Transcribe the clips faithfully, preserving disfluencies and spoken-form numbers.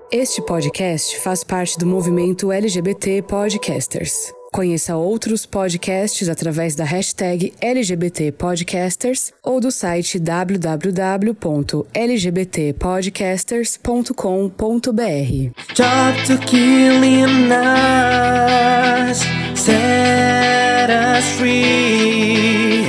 Este podcast faz parte do movimento L G B T Podcasters. Conheça outros podcasts através da hashtag L G B T Podcasters ou do site w w w ponto l g b t podcasters ponto com ponto b r. Talk to killing us, set us free,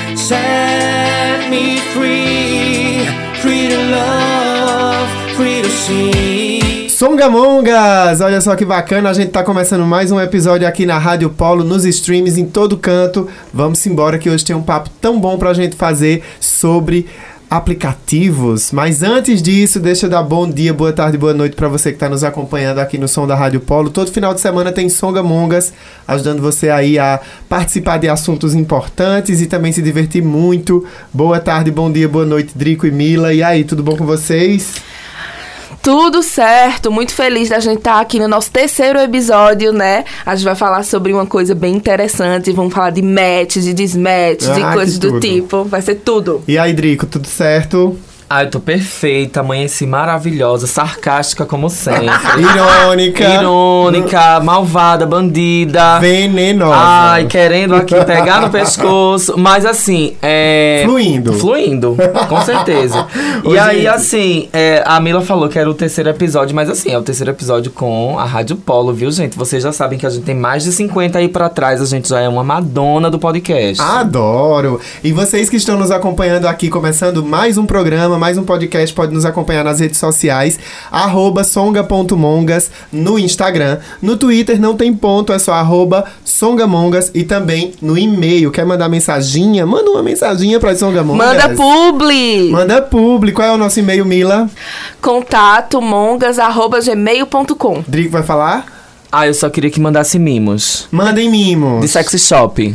set me free, free to love, free to see. Songamongas! Olha só que bacana, a gente tá começando mais um episódio aqui na Rádio Polo, nos streams, em todo canto. Vamos embora que hoje tem um papo tão bom pra gente fazer sobre aplicativos. Mas antes disso, deixa eu dar bom dia, boa tarde, boa noite pra você que tá nos acompanhando aqui no som da Rádio Polo. Todo final de semana tem Songamongas, ajudando você aí a participar de assuntos importantes e também se divertir muito. Boa tarde, bom dia, boa noite, Drico e Mila. E aí, tudo bom com vocês? Tudo certo, muito feliz da gente estar aqui no nosso terceiro episódio, né? A gente vai falar sobre uma coisa bem interessante, vamos falar de match, de desmatch, ah, de coisas do tudo. tipo, vai ser tudo. E aí, Drico, tudo certo? Ah, eu tô perfeita, amanheci maravilhosa, sarcástica como sempre. Irônica. Irônica, malvada, bandida. Venenosa. Ai, querendo aqui pegar no pescoço. Mas assim, é... Fluindo. Fluindo, com certeza. Ô, e aí, gente. assim, é, a Mila falou que era o terceiro episódio, mas assim, é o terceiro episódio com a Rádio Polo, viu, gente? Vocês já sabem que a gente tem mais de cinquenta aí pra trás, a gente já é uma madonna do podcast. Adoro! E vocês que estão nos acompanhando aqui, começando mais um programa, mais um podcast, pode nos acompanhar nas redes sociais, arroba songa.mongas no Instagram. No Twitter não tem ponto, é só arroba songamongas e também no e-mail. Quer mandar mensaginha? Manda uma mensaginha pra Songamongas. Manda publi! Manda publi. Qual é o nosso e-mail, Mila? Contato mongas arroba gmail ponto com. Drico vai falar? Ah, eu só queria que mandasse mimos. Mandem mimos. De sexy shop.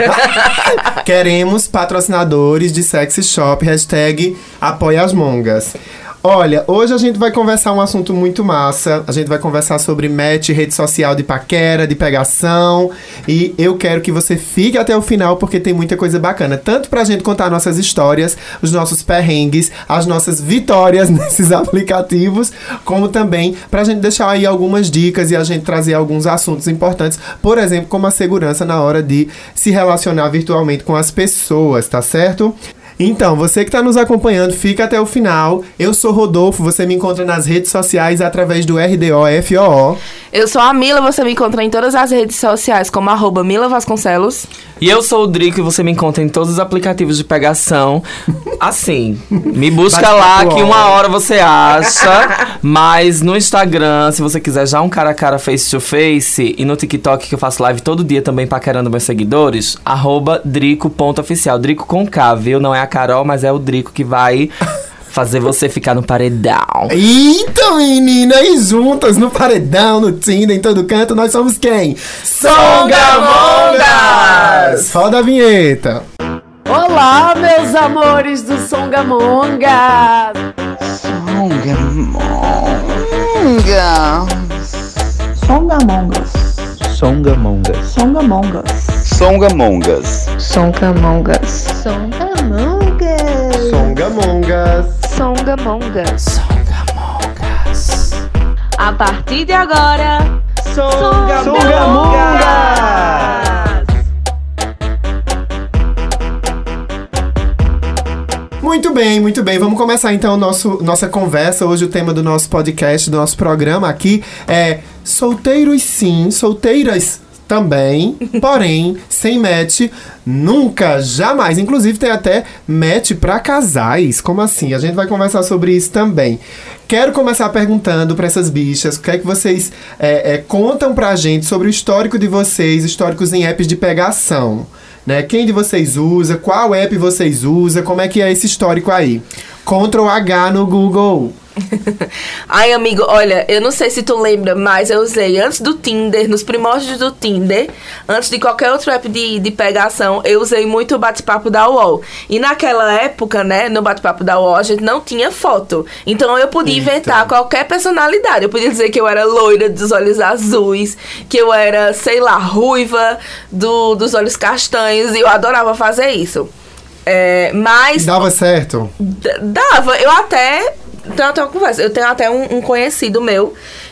Queremos patrocinadores de sexy shop, hashtag apoia as mongas. Olha, hoje a gente vai conversar um assunto muito massa. A gente vai conversar sobre match, rede social de paquera, de pegação. E eu quero que você fique até o final, porque tem muita coisa bacana. Tanto pra gente contar nossas histórias, os nossos perrengues, as nossas vitórias nesses aplicativos, como também pra gente deixar aí algumas dicas e a gente trazer alguns assuntos importantes. Por exemplo, como a segurança na hora de se relacionar virtualmente com as pessoas, tá certo? Então, você que está nos acompanhando, fica até o final. Eu sou Rodolfo, você me encontra nas redes sociais através do R D O F O O. Eu sou a Mila, você me encontra em todas as redes sociais como arroba Mila Vasconcelos. E eu sou o Drico e você me encontra em todos os aplicativos de pegação. Assim, me busca Bate lá papo, que ó. uma hora você acha. Mas no Instagram, se você quiser já um cara a cara face to face, e no TikTok que eu faço live todo dia também paquerando meus seguidores, arroba Drico.oficial. Drico com K, viu? Não é a Carol, mas é o Drico que vai fazer você ficar no paredão. Eita, meninas, juntas no paredão, no Tinder, em todo canto, nós somos quem? Songamongas! Roda a vinheta. Olá, meus amores do Songamongas! Songamongas. Songamongas. Songamongas. Songamongas. Songamongas. Songamongas. Songamongas. Songamongas. A partir de agora, Songamongas! Muito bem, muito bem. Vamos começar então nosso, nossa conversa. Hoje o tema do nosso podcast, do nosso programa aqui é solteiros sim, solteiras também, porém, sem match, nunca, jamais. Inclusive tem até match pra casais. Como assim? A gente vai conversar sobre isso também. Quero começar perguntando pra essas bichas, o que é que vocês é, é, contam pra gente sobre o histórico de vocês, históricos em apps de pegação. Né? Quem de vocês usa? Qual app vocês usam? Como é que é esse histórico aí? Ctrl H no Google. Ai, amigo, olha, eu não sei se tu lembra, mas eu usei antes do Tinder, nos primórdios do Tinder, antes de qualquer outro app de, de pegação, eu usei muito o bate-papo da U O L. E naquela época, né, no bate-papo da U O L, a gente não tinha foto. Então eu podia Eita. inventar qualquer personalidade. Eu podia dizer que eu era loira dos olhos azuis, que eu era, sei lá, ruiva do, dos olhos castanhos, e eu adorava fazer isso. É, mas... Dava certo? D- dava, eu até... Tenho até uma conversa. Eu tenho até um, um conhecido meu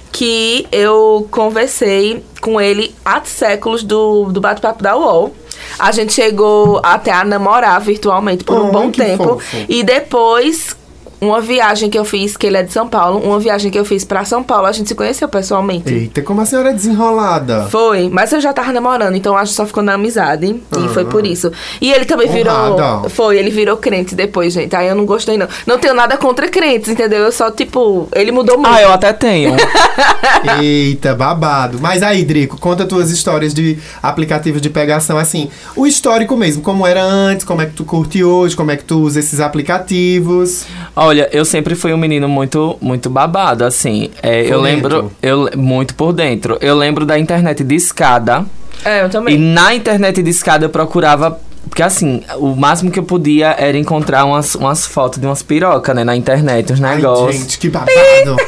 que eu conversei com ele há séculos do, do bate-papo da U O L. A gente chegou até a namorar virtualmente por um Oh, bom que tempo. fofo. E depois, uma viagem que eu fiz, que ele é de São Paulo, uma viagem que eu fiz pra São Paulo, a gente se conheceu pessoalmente. Eita, como a senhora é desenrolada. Foi, mas eu já tava namorando, então a gente só ficou na amizade. Ah. E foi por isso. E ele também virou. Honrada. Foi, ele virou crente depois, gente. Aí eu não gostei, não. Não tenho nada contra crentes, entendeu? Eu só, tipo, ele mudou muito. Ah, eu até tenho. Eita, babado. Mas aí, Drico, conta tuas histórias de aplicativos de pegação, assim, o histórico mesmo, como era antes, como é que tu curte hoje, como é que tu usa esses aplicativos. Olha, eu sempre fui um menino muito, muito babado, assim. É, Por eu dentro. lembro, eu muito por dentro. Eu lembro da internet de escada. É, eu também. E na internet de escada eu procurava. Porque assim, o máximo que eu podia era encontrar umas, umas fotos de umas pirocas, né? Na internet, uns Ai, negócios. gente, que babado.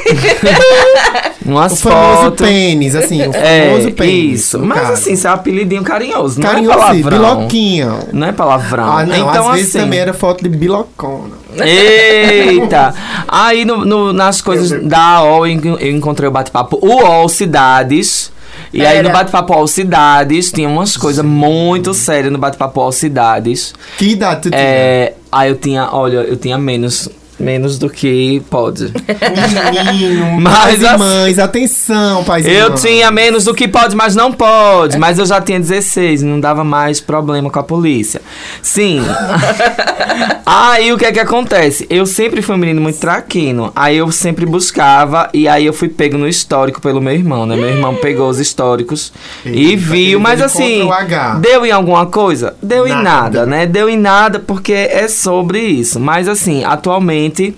Umas O famoso fotos. pênis, assim, o É, famoso pênis. isso. no Mas caso. assim, isso é um apelidinho carinhoso, não Carinhoso, é palavrão. biloquinha. Não é palavrão. Ah, não, então, às vezes assim, também era foto de bilocona. Eita! Aí no, no- nas coisas da A O L eu en- eu encontrei o bate-papo U O L Cidades. E aí Era. no bate-papo U O L Cidades tinha umas coisas muito sérias no bate-papo U O L Cidades. Que idade tu tinha? É, aí eu tinha, olha, eu tinha menos, menos do que pode. Menino, Mas pais e assim- mães, atenção, pais e Eu mães. tinha menos do que pode, mas não pode. Mas eu já tinha dezesseis, não dava mais problema com a polícia. Sim. Aí o que é que acontece? Eu sempre fui um menino muito traquino. Aí eu sempre buscava e aí eu fui pego no histórico pelo meu irmão, né? Meu irmão pegou os históricos e Eita, viu, ele mas deu assim, contra o H. deu em alguma coisa? Deu em Nada. nada, né? Deu em nada porque é sobre isso. Mas assim, atualmente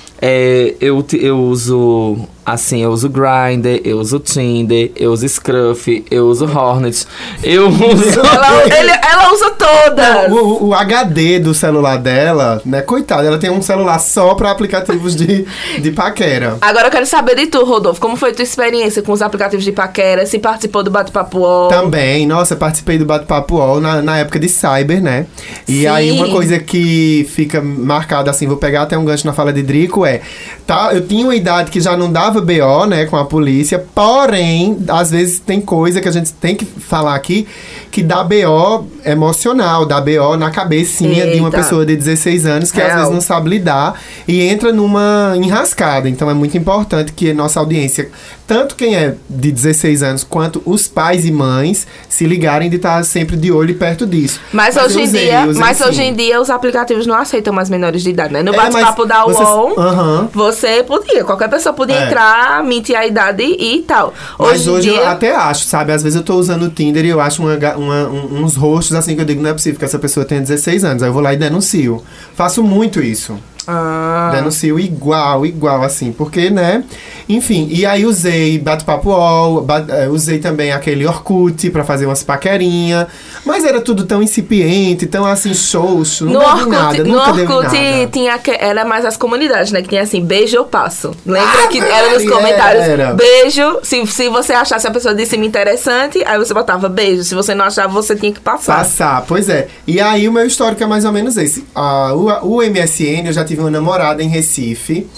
é, eu, te- eu uso, assim, eu uso Grindr, eu uso Tinder, eu uso Scruff, eu uso Hornet, eu uso... Ela, ele- ela usa todas. O, o H D do celular dela, né? Coitada, ela tem um celular só pra aplicativos de, de paquera. Agora eu quero saber de tu, Rodolfo. Como foi tua experiência com os aplicativos de paquera? Se participou do Bate-Papo U O L? Também, nossa, eu participei do Bate-Papo U O L na, na época de Cyber, né? E Sim. aí uma coisa que fica marcada, assim, vou pegar até um gancho na fala de Drico, é... Tá, eu tinha uma idade que já não dava B O, né, com a polícia, porém, às vezes tem coisa que a gente tem que falar aqui, que dá B O emocional, dá B O na cabecinha de uma Eita. pessoa de dezesseis anos que às Real. vezes não sabe lidar e entra numa enrascada. Então é muito importante que a nossa audiência, tanto quem é de dezesseis anos quanto os pais e mães, se ligarem de estar sempre de olho e perto disso. Mas, eu hoje em usei, dia, usei mas sim. hoje em dia os aplicativos não aceitam mais menores de idade, né? No É, bate-papo mas da U O L, vocês- Aham. você podia, qualquer pessoa podia É. entrar, mentir a idade e tal. Mas Hoje, hoje em dia, eu até acho, sabe? Às vezes eu tô usando o Tinder e eu acho uma ga- uma- um- uns rostos assim que eu digo, não é possível que essa pessoa tenha dezesseis anos. Aí eu vou lá e denuncio. Faço muito isso. Ah. Denuncio igual, igual, assim. Porque, né? Enfim, e aí usei Bate-Papo U O L, ba- eh, usei também aquele Orkut pra fazer umas paquerinhas. Mas era tudo tão incipiente, tão assim, xoxo. Não No deu em Orkut, nada, no nunca deu em Orkut nada. tinha que, era mais as comunidades, né? Que tinha assim, beijo eu passo. Lembra Ah, que era nos era. comentários? Beijo. Se, se você achasse a pessoa de cima interessante, aí você botava beijo. Se você não achava, você tinha que passar. Passar, pois é. E aí o meu histórico é mais ou menos esse. Ah, o, o M S N, eu já tive uma namorada em Recife,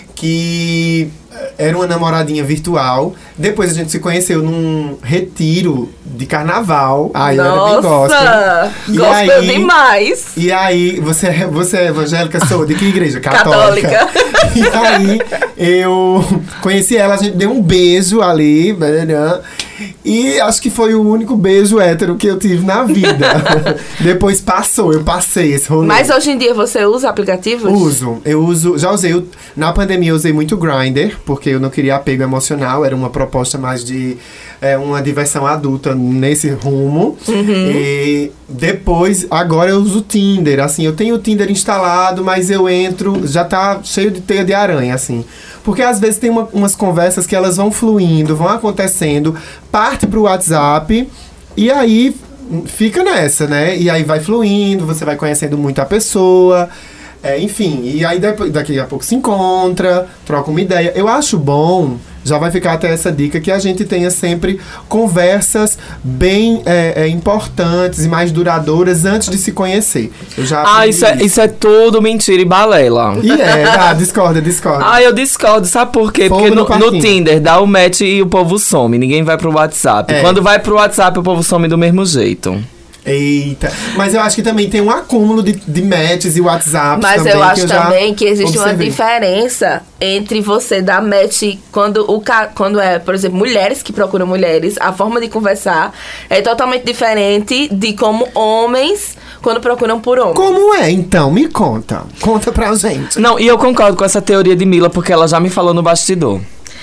que era uma namoradinha virtual. Depois a gente se conheceu num retiro de carnaval. Ai, eu era bem gospel. Nossa! E Gospel aí- demais. E aí, você, é- você é evangélica? Sou. De que igreja? Católica. Católica. E aí, eu conheci ela, a gente deu um beijo ali. Né? E acho que foi o único beijo hétero que eu tive na vida. Depois passou, eu passei esse rolê. Mas hoje em dia você usa aplicativos? Uso, eu uso, já usei, o- na pandemia eu usei muito Grindr, porque eu não queria apego emocional, era uma proposta mais de é, uma diversão adulta nesse rumo. E depois, agora eu uso o Tinder, assim, eu tenho o Tinder instalado, mas eu entro, já tá cheio de teia de aranha, assim. Porque às vezes tem uma- umas conversas que elas vão fluindo, vão acontecendo, parte pro WhatsApp, e aí fica nessa, né? E aí vai fluindo, você vai conhecendo muito a pessoa. É, enfim, e aí depois, daqui a pouco se encontra, troca uma ideia. Eu acho bom já vai ficar até essa dica que a gente tenha sempre conversas bem é, é, importantes e mais duradouras antes de se conhecer. Eu já Ah, isso é, isso é tudo mentira e balela. E é, tá, discorda, discorda. Ah, eu discordo, sabe por quê? Fogo Porque no no, parquinho. no Tinder dá o match e o povo some, ninguém vai pro WhatsApp. É. Quando vai pro WhatsApp, o povo some do mesmo jeito. Eita, mas eu acho que também tem um acúmulo de, de matches e WhatsApp. Mas também, eu que acho já também que existe uma observei. diferença entre você dar match quando, o, ca- quando é, por exemplo, mulheres que procuram mulheres, a forma de conversar é totalmente diferente de como homens quando procuram por homens. Como é, então? Me conta. Conta pra gente. Não, e eu concordo com essa teoria de Mila, porque ela já me falou no bastidor.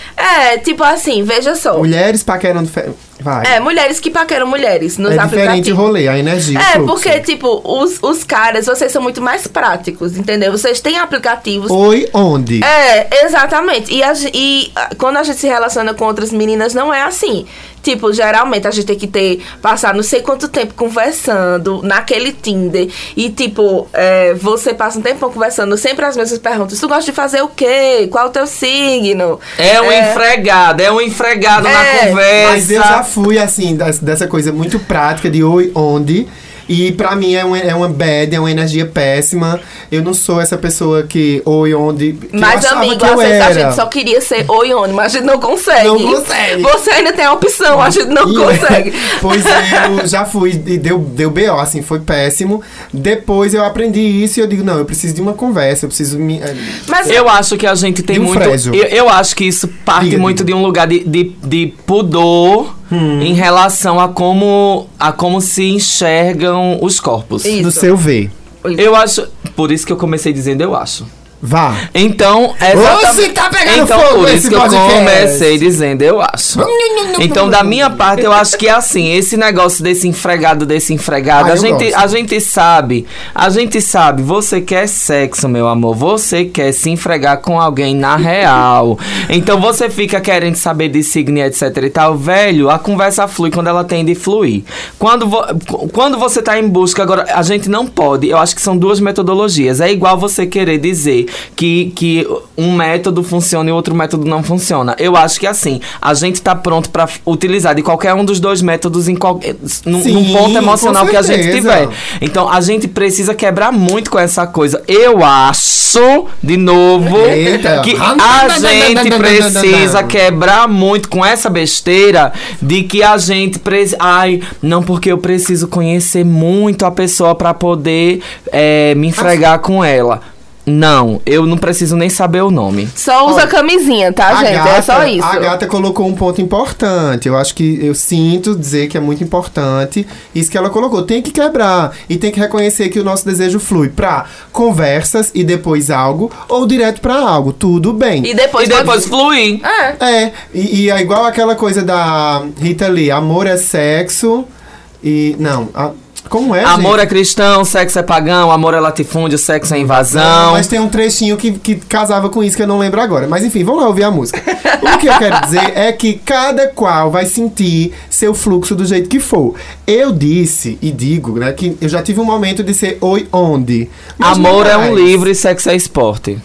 É, tipo assim, veja só. Mulheres paquerando... Fe... Vai. É, mulheres que paqueram mulheres nos É diferente o aplicativos. rolê, a energia, o É, fluxo. porque, tipo, os, os caras, vocês são muito mais práticos, entendeu? Vocês têm aplicativos. Oi, onde? É, exatamente. E, a, ge- e a- quando a gente se relaciona com outras meninas, não é assim. Tipo, geralmente a gente tem que ter, passar não sei quanto tempo conversando naquele Tinder. E, tipo, é, você passa um tempão conversando, sempre as mesmas perguntas. Tu gosta de fazer o quê? Qual o teu signo? É um enfregado, é um enfregado É, na conversa. Mas eu já fui, assim, das- dessa coisa muito prática de oi, onde. E pra mim é uma, é uma bad, é uma energia péssima. Eu não sou essa pessoa que oi, onde. Que Mas, eu achava amigo, que eu às vezes a era. gente só queria ser oi, onde, mas a gente não consegue. Não consegue. Você ainda tem a opção, a gente não E- consegue. Pois é, eu já fui e deu, deu B O, assim, foi péssimo. Depois eu aprendi isso e eu digo, não, eu preciso de uma conversa, eu preciso me. eh, Mas Eu acho que a gente tem E um muito. frejo. Eu, eu acho que isso parte Diga, muito diga. de um lugar de, de, de pudor em relação a como, a como se enxergam os corpos. Isso. do seu ver. Eu acho. Por isso que eu comecei dizendo eu acho. Vá. Então, Você tá pegando então fogo por nesse isso que eu podcast. comecei dizendo eu acho. Então, da minha parte, eu acho que é assim, esse negócio desse enfregado, desse enfregado, Ah, a eu gente, gosto. a gente sabe, a gente sabe, você quer sexo, meu amor, você quer se enfregar com alguém na real. Então, você fica querendo saber de signo, etc e tal, velho, a conversa flui quando ela tem de fluir. Quando, vo, quando você tá em busca, agora, a gente não pode, eu acho que são duas metodologias, é igual você querer dizer que, que um método funciona e o outro método não funciona. Eu acho que assim, a gente tá pronto pra f- utilizar de qualquer um dos dois métodos em qualquer, num, Sim, num ponto emocional com que a gente certeza. tiver. Então, a gente precisa quebrar muito com essa coisa. Eu acho, de novo, Eita. que a gente precisa quebrar muito com essa besteira de que a gente precisa... Ai, não, porque eu preciso conhecer muito a pessoa pra poder é, me enfregar com ela. Não, eu não preciso nem saber o nome. só usa Olha, camisinha, tá, A gente? gata, é só isso. A gata colocou um ponto importante. Eu acho que eu sinto dizer que é muito importante isso que ela colocou. Tem que quebrar e tem que reconhecer que o nosso desejo flui pra conversas e depois algo ou direto pra algo. Tudo bem. E depois, e depois fluir. É. É, e, e é igual aquela coisa da Rita Lee, amor é sexo e... Não, a- como é, Amor gente? é cristão, sexo é pagão, amor é latifúndio, sexo é Não, invasão. mas tem um trechinho que, que casava com isso que eu não lembro agora. Mas enfim, vamos lá ouvir a música. O que eu quero dizer é que cada qual vai sentir seu fluxo do jeito que for. Eu disse e digo, né, que eu já tive um momento de ser oi onde. Mas Amor não é mais. um livro e sexo é esporte.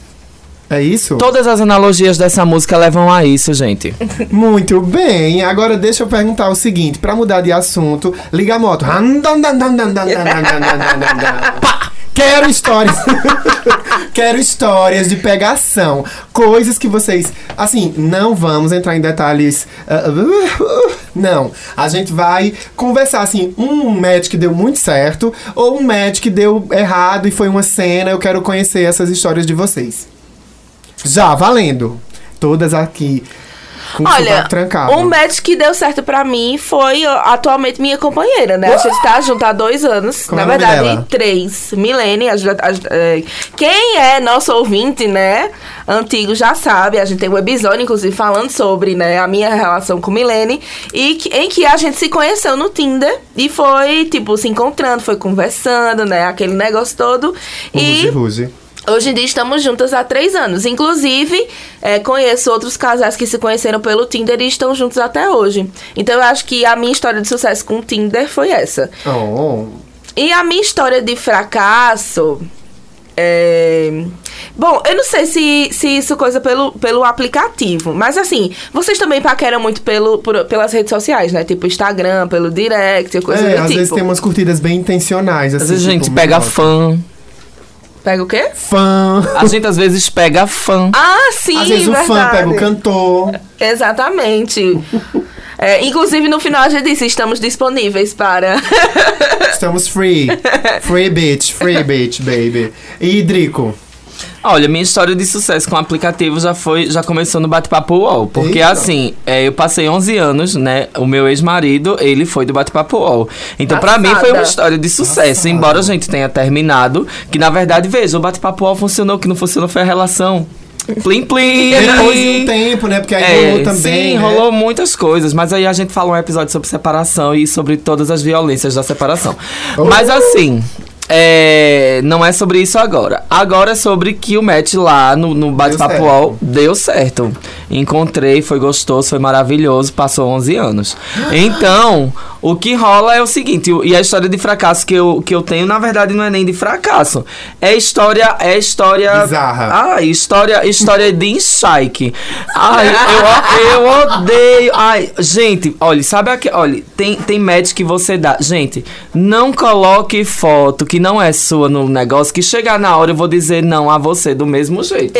É isso? Todas as analogias dessa música levam a isso, gente. Muito bem. Agora deixa eu perguntar o seguinte, pra mudar de assunto, liga a moto. Pá! Quero histórias. Quero histórias de pegação. Coisas que vocês. Assim, não vamos entrar em detalhes. uh, uh, uh, não. A gente vai conversar assim: um match que deu muito certo, ou um match que deu errado e foi uma cena. Eu quero conhecer essas histórias de vocês. Já, valendo. Todas aqui. Com o Olha, sovaco trancado. um match que deu certo pra mim foi ó, atualmente minha companheira, né? A gente tá junto há dois anos. Como na é o nome verdade, dela? três. Milene. A gente- a gente- é, quem é nosso ouvinte, né? Antigo já sabe. A gente tem um episódio, inclusive, falando sobre, né, a minha relação com Milene. E que- em que a gente se conheceu no Tinder. E foi, tipo, se encontrando, foi conversando, né? Aquele negócio todo. Ruge, E ruge. hoje em dia estamos juntas há três anos. Inclusive, é, conheço outros casais que se conheceram pelo Tinder e estão juntos até hoje. Então, eu acho que a minha história de sucesso com o Tinder foi essa. Oh. E a minha história de fracasso... É... Bom, eu não sei se, se isso coisa pelo, pelo aplicativo, mas assim, vocês também paqueram muito pelo, por, pelas redes sociais, né? Tipo Instagram, pelo direct, coisa É, do às tipo. vezes tem umas curtidas bem intencionais, assim. Às vezes a gente tipo, pega muito fã. Pega o quê? Fã. A gente às vezes pega fã. Ah, sim, Às vezes verdade. o fã pega o cantor. Exatamente. É, inclusive, no final a gente disse, estamos disponíveis para... Estamos free. Free bitch, free bitch, baby. E Drico? Olha, minha história de sucesso com o aplicativo já foi, já começou no Bate-Papo U O L. Porque Eita. assim, é, eu passei onze anos, né? O meu ex-marido, ele foi do Bate-Papo U O L. Então, pra Passada. mim, foi uma história de sucesso. Passada. Embora a gente tenha terminado, que na verdade, veja, o Bate-Papo U O L funcionou, o que não funcionou foi a relação. Plim, plim! Depois de um tempo, né? Porque aí É, rolou também, sim, né? rolou muitas coisas, mas aí a gente falou um episódio sobre separação e sobre todas as violências da separação. Oh. Mas assim, é, não é sobre isso agora. Agora é sobre que o match lá no, no Bate-Papo certo. U O L deu certo. Encontrei, foi gostoso, foi maravilhoso, passou onze anos. Então, o que rola é o seguinte, e a história de fracasso que eu, que eu tenho, na verdade, não é nem de fracasso. É história, é história... Bizarra. Ah, história, história de enxaque. Ai, eu, eu odeio. Ai, gente, olha, sabe aqui, olha, tem, tem match que você dá. Gente, não coloque foto que não é sua no negócio, que chegar na hora eu vou dizer não a você do mesmo jeito.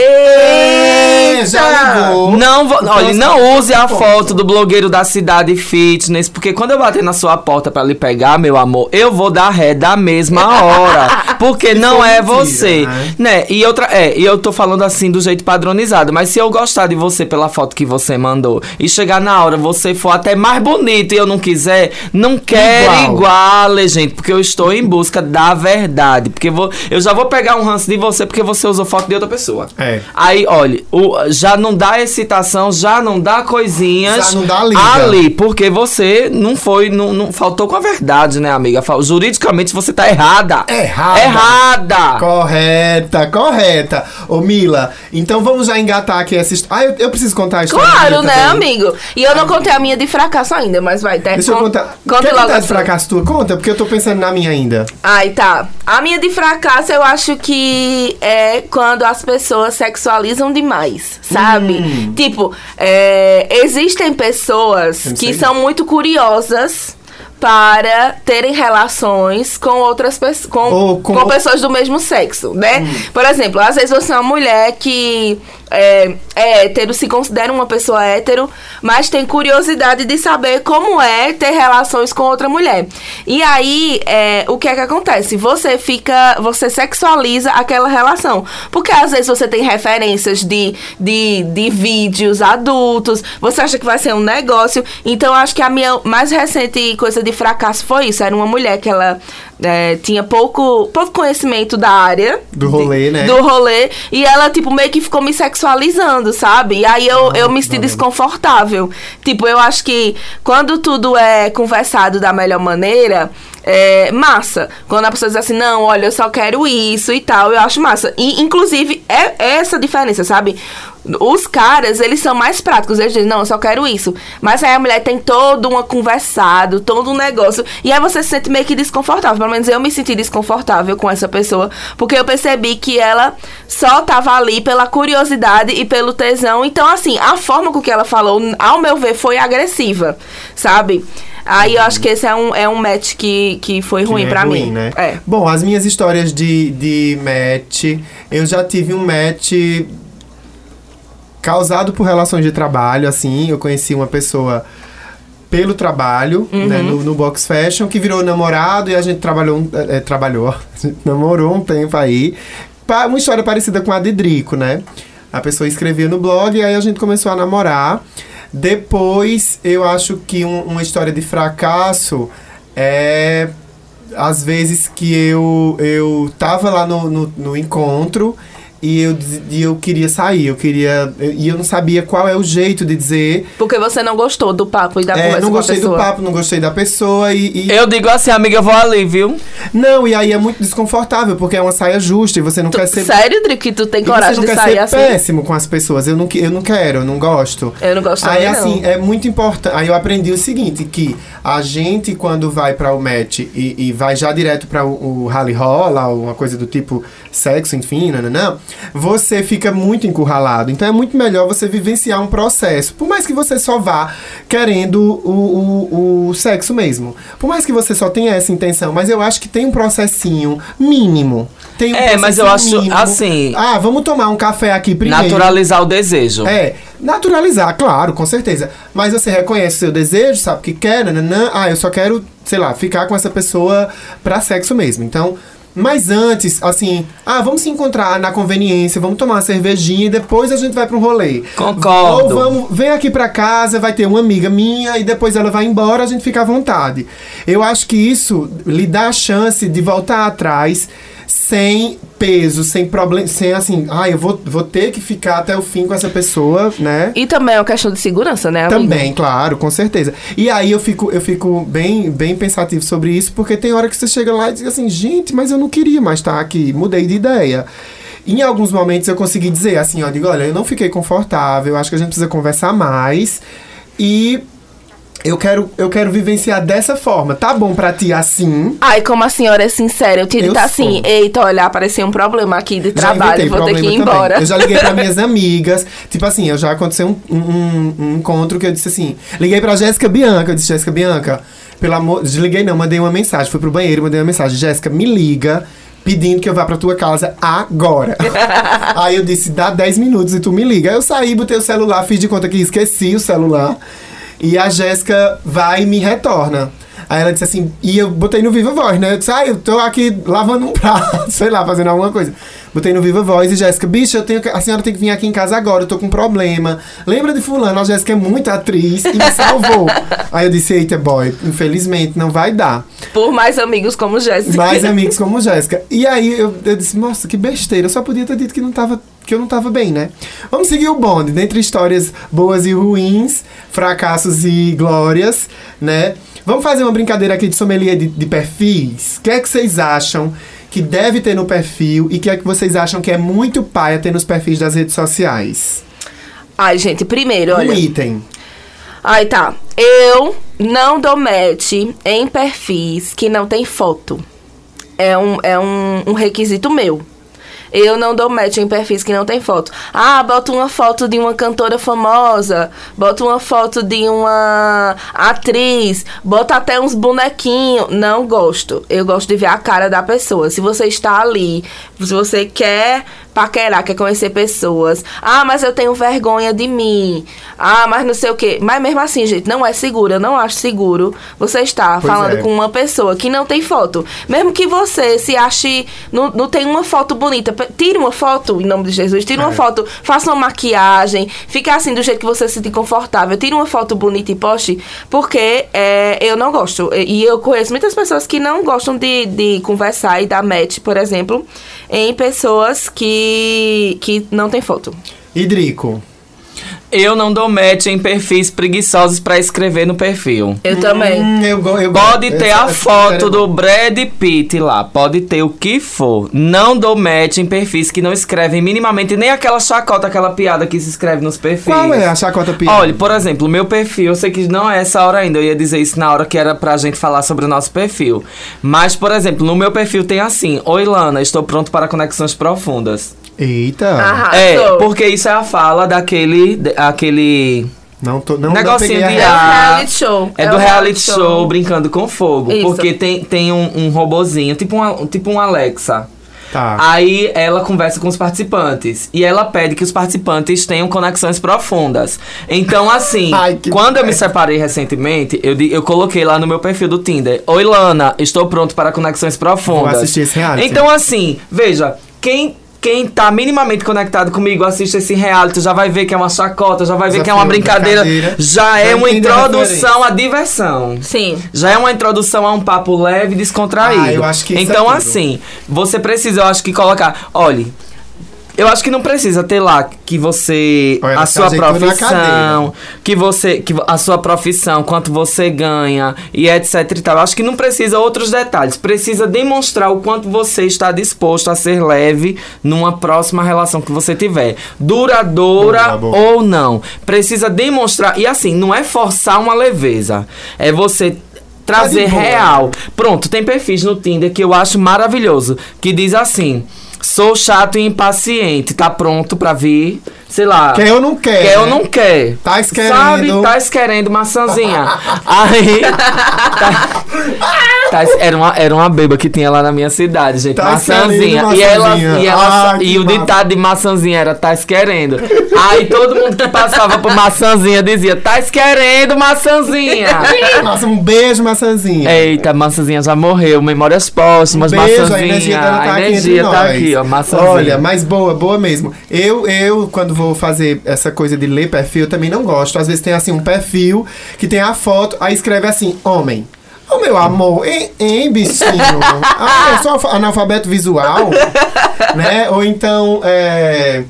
É, já ligou. Não, vou, Então, olha, assim, não use a ponto. foto do blogueiro da cidade fitness, porque quando eu bater na sua porta pra lhe pegar, meu amor, eu vou dar ré da mesma hora, porque não é mentira, você, né? né? E outra, é, e eu tô falando assim do jeito padronizado, mas se eu gostar de você pela foto que você mandou e chegar na hora você for até mais bonito e eu não quiser, não quero Igual. igual, gente, porque eu estou em busca da verdade, porque vou, eu já vou pegar um ranço de você porque você usou foto de outra pessoa. É. Aí, olha, o, já não dá excitação, já não dá coisinhas Já não dá liga. ali, porque você não foi, não, não faltou com a verdade, né, amiga? Fal- Juridicamente você tá errada. Errada. Errada. Correta, correta. Ô, Mila, então vamos já engatar aqui essa história. Ah, eu, eu preciso contar a história. Claro, minha né, também. amigo? E eu não contei a minha de fracasso ainda, mas vai. Ter, Deixa eu contar. Conta Quer logo contar a de sua. fracasso tua? Conta, porque eu tô pensando na minha ainda. Ai, tá. A minha de fracasso eu acho que é quando as pessoas sexualizam demais, sabe? Hum. Tipo, é, existem pessoas Eu não que sei são muito curiosas para terem relações com outras pessoas, com, Ou com com o- pessoas do mesmo sexo, né? Hum. Por exemplo, às vezes você é uma mulher que é, é hétero, se considera uma pessoa hétero, mas tem curiosidade de saber como é ter relações com outra mulher. E aí, é, o que é que acontece? Você fica, você sexualiza aquela relação. Porque às vezes você tem referências de, de, de vídeos adultos, você acha que vai ser um negócio. Então, eu acho que a minha mais recente coisa de fracasso foi isso. Era uma mulher que ela é, tinha pouco, pouco conhecimento da área. Do rolê, de- né? Do rolê. E ela, tipo, meio que ficou me sexualizando, sabe? E aí eu, eu me senti desconfortável. Tipo, eu acho que quando tudo é conversado da melhor maneira, é massa. Quando a pessoa diz assim, não, olha, eu só quero isso e tal, eu acho massa. E, inclusive, é essa a diferença, sabe? Os caras, eles são mais práticos. Eles dizem, não, eu só quero isso. Mas aí a mulher tem todo uma conversado, todo um negócio. E aí você se sente meio que desconfortável. Pelo menos eu me senti desconfortável com essa pessoa. Porque eu percebi que ela só tava ali pela curiosidade e pelo tesão. Então, assim, a forma com que ela falou, ao meu ver, foi agressiva. Sabe? Aí eu acho que esse é um, é um match que, que foi ruim Que é pra ruim, mim. né? É. Bom, as minhas histórias de, de match, eu já tive um match causado por relações de trabalho, assim. Eu conheci uma pessoa pelo trabalho, né, no, no Box Fashion, que virou namorado e a gente trabalhou, um- é, trabalhou, a gente namorou um tempo aí. Pa- Uma história parecida com a de Drico, né? A pessoa escrevia no blog e aí a gente começou a namorar. Depois, eu acho que um- uma história de fracasso é às vezes que eu, eu tava lá no, no, no encontro E eu, e eu queria sair, eu queria... E eu não sabia qual é o jeito de dizer... Porque você não gostou do papo e da É, conversa não com a gostei do pessoa. papo, não gostei da pessoa e... e- Eu digo assim, amiga, eu vou ali, viu? Não, e aí é muito desconfortável, porque é uma saia justa e você não Tu- quer ser... Sério, Drico, que tu tem e coragem você não de quer sair ser assim? péssimo com as pessoas. Eu não, que- eu não quero, eu não gosto. Eu não gosto Aí, também, não. assim, é muito importante. Aí eu aprendi o seguinte, que a gente, quando vai para o match e, e vai já direto para o, o rally rola, ou uma coisa do tipo sexo, enfim, nananã, você fica muito encurralado. Então é muito melhor você vivenciar um processo. Por mais que você só vá querendo o, o, o sexo mesmo. Por mais que você só tenha essa intenção. Mas eu acho que tem um processinho mínimo. Tem um É, mas eu acho, processinho mínimo. assim- Ah, vamos tomar um café aqui primeiro. Naturalizar o desejo. É, naturalizar, claro, com certeza. Mas você reconhece o seu desejo, sabe o que quer, nananã. Ah, eu só quero, sei lá, ficar com essa pessoa pra sexo mesmo. Então, mas antes, assim, ah, vamos se encontrar na conveniência, vamos tomar uma cervejinha e depois a gente vai pro rolê. Concordo. Ou vamos, vem aqui pra casa, vai ter uma amiga minha e depois ela vai embora, a gente fica à vontade. Eu acho que isso lhe dá a chance de voltar atrás sem peso, sem problema, sem assim, ah, eu vou, vou ter que ficar até o fim com essa pessoa, né? E também é uma questão de segurança, né, amigo? Também, claro, com certeza. E aí eu fico, eu fico bem, bem pensativo sobre isso, porque tem hora que você chega lá e diz assim, gente, mas eu não queria mais estar aqui, mudei de ideia. Em alguns momentos eu consegui dizer assim, ó, digo, olha, eu não fiquei confortável, acho que a gente precisa conversar mais e eu quero, eu quero vivenciar dessa forma. Tá bom pra ti assim? Ai, como a senhora é sincera, eu tinha Eu dito assim, sou. eita, olha, apareceu um problema aqui de Já trabalho, inventei vou ter que ir problema também. embora. Eu já liguei pra minhas amigas. Tipo assim, eu já aconteceu um, um- um encontro que eu disse assim. Liguei pra Jéssica Bianca. Eu disse, Jéssica Bianca, pelo amor. Desliguei não, mandei uma mensagem. Fui pro banheiro, mandei uma mensagem. Jéssica, me liga pedindo que eu vá pra tua casa agora. Aí eu disse, dá dez minutos e tu me liga. Aí eu saí, botei o celular, fiz de conta que esqueci o celular. E a Jéssica vai e me retorna. Aí ela disse assim, e eu botei no Viva Voz, né? Eu disse, ah, eu tô aqui lavando um prato, sei lá, fazendo alguma coisa. Botei no Viva Voz e Jéssica, bicha, eu tenho que- a senhora tem que vir aqui em casa agora, eu tô com um problema. Lembra de fulano? A Jéssica é muito atriz e me salvou. Aí eu disse, eita, boy, infelizmente não vai dar. Por mais amigos como Jéssica. Mais amigos como Jéssica. E aí eu, eu disse, nossa, que besteira, eu só podia ter dito que não tava, que eu não tava bem, né? Vamos seguir o bonde, dentre histórias boas e ruins, fracassos e glórias, né? Vamos fazer uma brincadeira aqui de sommelier de, de perfis? O que é que vocês acham que deve ter no perfil e o que é que vocês acham que é muito paia ter nos perfis das redes sociais? Ai, gente, primeiro, Um olha. item. Ai, tá. Eu não dou match em perfis que não tem foto. É um, é um, um requisito meu. Eu não dou match em perfis que não tem foto. Ah, bota uma foto de uma cantora famosa, bota uma foto de uma atriz, bota até uns bonequinhos. Não gosto. Eu gosto de ver a cara da pessoa. Se você está ali, se você quer paquerar, quer conhecer pessoas. Ah, mas eu tenho vergonha de mim. Ah, mas não sei o quê. Mas mesmo assim, gente, não é seguro. Eu não acho seguro você estar Pois falando é. com uma pessoa que não tem foto. Mesmo que você se ache... Não, não tem uma foto bonita. Pe- Tire uma foto, em nome de Jesus. Tire uma É. foto. Faça uma maquiagem. Fique assim, do jeito que você se sentir confortável. Tire uma foto bonita e poste. Porque é, eu não gosto. E e eu conheço muitas pessoas que não gostam de, de conversar e dar match, por exemplo, em pessoas que, que não tem foto. E Drico? Eu não dou match em perfis preguiçosos pra escrever no perfil. Eu também. Hum, eu, go- eu Pode go- ter essa- a essa foto matéria é do boa. Brad Pitt lá, pode ter o que for. Não dou match em perfis que não escrevem minimamente nem aquela chacota, aquela piada que se escreve nos perfis. Qual é a chacota piada? Olha, por exemplo, o meu perfil, eu sei que não é essa hora ainda, eu ia dizer isso na hora que era pra gente falar sobre o nosso perfil. Mas, por exemplo, no meu perfil tem assim: Oi, Lana, estou pronto para conexões profundas. Eita. Arrasou. É, porque isso é a fala daquele. de- aquele Não tô, não, não negocinho peguei a de real. É o ar. reality show. É, É do o reality reality show, show. Brincando com Fogo. Isso. Porque tem, tem um, um robozinho, tipo um, tipo um Alexa. Tá. Aí ela conversa com os participantes. E ela pede que os participantes tenham conexões profundas. Então, assim, Ai, que quando eu me péssimo. separei recentemente, eu, di- eu coloquei lá no meu perfil do Tinder: Oi, Lana, estou pronto para conexões profundas. Vou assistir esse reality. Então, assim, veja, quem. Quem tá minimamente conectado comigo, assiste esse reality, já vai ver que é uma chacota, já vai ver que é uma Desafio, brincadeira. brincadeira. Já é Já uma entende a introdução à diversão. Sim. Já é uma introdução a um papo leve e descontraído. Ah, eu acho que isso Então, é tudo. assim, você precisa, eu acho que colocar. Olhe, Eu acho que não precisa ter lá que você... Olha, a sua ajeitou na profissão, cadeira. que você... Que a sua profissão, quanto você ganha e etc e tal. Eu acho que não precisa outros detalhes. Precisa demonstrar o quanto você está disposto a ser leve numa próxima relação que você tiver. Duradoura Boa, boa. ou não. Precisa demonstrar... E assim, não é forçar uma leveza. É você... trazer Tá de boa. real. Pronto, tem perfis no Tinder que eu acho maravilhoso. Que diz assim... Sou chato e impaciente. Tá pronto pra vir? Sei lá. Quer ou não quer? Quer ou né? não quer? Tá querendo. Sabe? Tá querendo maçãzinha. Aí... Tá, tá, era, uma, era uma beba que tinha lá na minha cidade, gente. Tá maçãzinha. querendo E, ela, maçãzinha. e, ela, Ai, e que o massa. ditado de maçãzinha era tá querendo. Aí todo mundo que passava por maçãzinha dizia tá querendo maçãzinha. Nossa, um beijo, maçãzinha. Eita, maçãzinha já morreu. Memórias póstumas, Beijo, maçãzinha. a energia dela tá a aqui energia entre tá nós. aqui, ó, maçãzinha. Olha, mas boa, boa mesmo. Eu, eu, quando vou fazer essa coisa de ler perfil, eu também não gosto. Às vezes tem assim um perfil que tem a foto, aí escreve assim, homem. Ô meu amor, hein, hein bichinho? Ah, eu sou alfa- analfabeto visual, né? Ou então, é...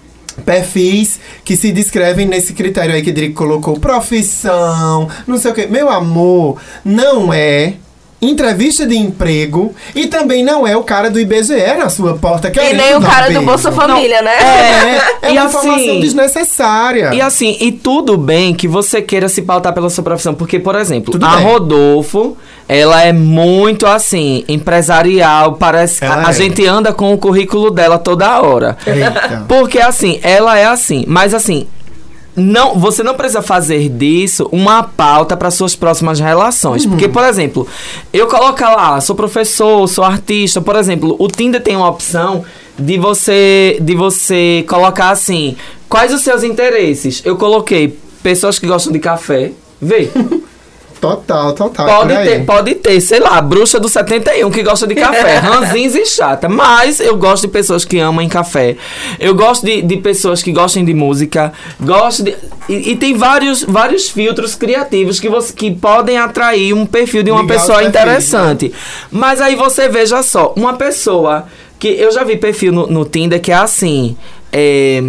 perfis que se descrevem nesse critério aí que Drico colocou, profissão, não sei o quê. Meu amor, não é entrevista de emprego e também não é o cara do I B G E na sua porta E querendo nem o dar cara beijo. do Bolsa Família, né? É, é E uma assim- informação desnecessária. E assim, e tudo bem que você queira se pautar pela sua profissão. Porque, por exemplo, Tudo a bem. Rodolfo, ela é muito assim, empresarial. Parece que Ela a, a é. gente anda com o currículo dela toda hora. Eita. Porque assim, ela é assim. Mas assim, não, você não precisa fazer disso uma pauta para suas próximas relações. Porque, por exemplo, eu coloco lá, sou professor, sou artista. Por exemplo, o Tinder tem uma opção de você, de você colocar assim, quais os seus interesses? Eu coloquei pessoas que gostam de café. Vê. Total, total. Pode por aí. ter, pode ter, sei lá, bruxa do setenta e um que gosta de café, ranzinhos e chata. Mas eu gosto de pessoas que amam café. Eu gosto de, de pessoas que gostem de música. Gosto de. E, e tem vários, vários filtros criativos que, você, que podem atrair um perfil de uma Ligar os pessoa perfis, interessante. Mas aí você veja só, uma pessoa que. Eu já vi perfil no, no Tinder que é assim. É.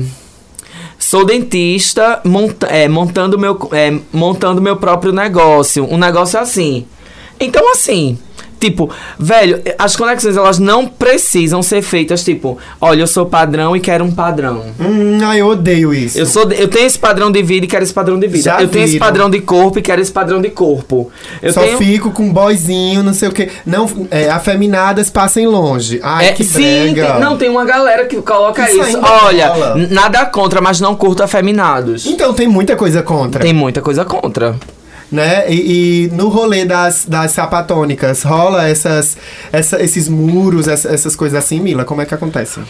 Sou dentista, monta é, montando meu, é, montando meu próprio negócio. Um negócio assim. Então, assim, tipo, velho, as conexões, elas não precisam ser feitas, tipo, olha, eu sou padrão e quero um padrão. Hum, ai, eu odeio isso. Eu, sou, eu tenho esse padrão de vida e quero esse padrão de vida. Já eu tenho esse viram. padrão de corpo e quero esse padrão de corpo. Eu Só tenho... fico com um boyzinho, não sei o quê. Não, é, afeminadas passem longe. Ai, É, que sim, brega. tem, não, tem uma galera que coloca Isso isso. ainda Olha, rola. n- nada contra, mas não curto afeminados. Então tem muita coisa contra. Tem muita coisa contra. Né? E, e no rolê das, das sapatônicas, rola essas, essa, esses muros, essa- essas coisas assim, Mila? Como é que acontece?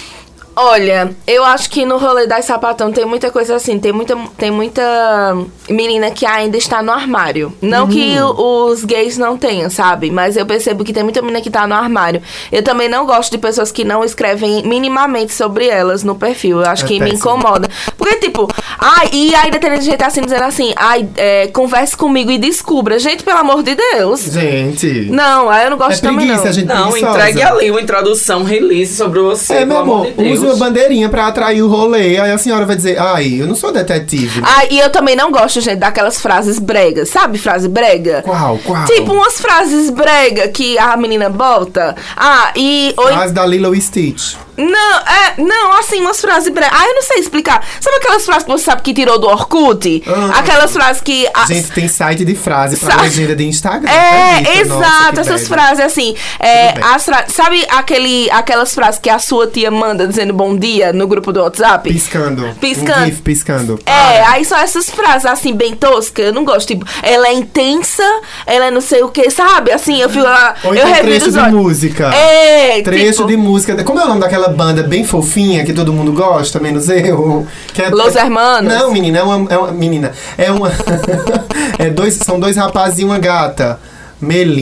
Olha, eu acho que no rolê das sapatão tem muita coisa assim, tem muita, tem muita menina que ainda está no armário. Não que o- os gays não tenham, sabe? Mas eu percebo que tem muita menina que tá no armário. Eu também não gosto de pessoas que não escrevem minimamente sobre elas no perfil. Eu acho É que me péssimo. incomoda. Porque, tipo, ai, e ainda tem gente assim dizendo assim, ai, é, converse comigo e descubra. Gente, pelo amor de Deus. Gente. Não, aí eu não é gosto também, preguiça, não. gente Não, preguiçosa. entregue ali uma introdução, release sobre você, É, pelo meu amor amor, de Deus. use uma bandeirinha pra atrair o rolê. Aí a senhora vai dizer, ai, eu não sou detetive. Ah, e eu também não gosto, gente, daquelas frases bregas. Sabe frase brega? Qual, qual? Tipo umas frases brega que a menina bota. Ah, e... Ou, As da Lilo e Stitch. não, é... Não, assim, umas frases bregas. Ah, eu não sei explicar. Sabe aquelas frases que você sabe que tirou do Orkut? Ah. Aquelas frases que... a- Gente, tem site de frase pra Sa- legenda de Instagram. É, acredita? Nossa, exato, que essas bad. frases assim. É, Tudo bem. as fra- sabe aquele, aquelas frases que a sua tia manda dizendo bom dia no grupo do WhatsApp? Piscando. Piscando. Um gif piscando. É, aí são essas frases assim, bem toscas. Eu não gosto. Tipo, ela é intensa, ela é não sei o que, sabe? Assim, eu fico lá. Ou eu então reviro trecho os de olhos. música. É, Trecho tipo, de música. Como é o nome daquela banda bem fofinha que todo mundo gosta, menos eu? Que é, Los Hermanos? Não, menina, é uma, é uma menina. É uma. é dois, são dois rapazes e uma gata. Melim.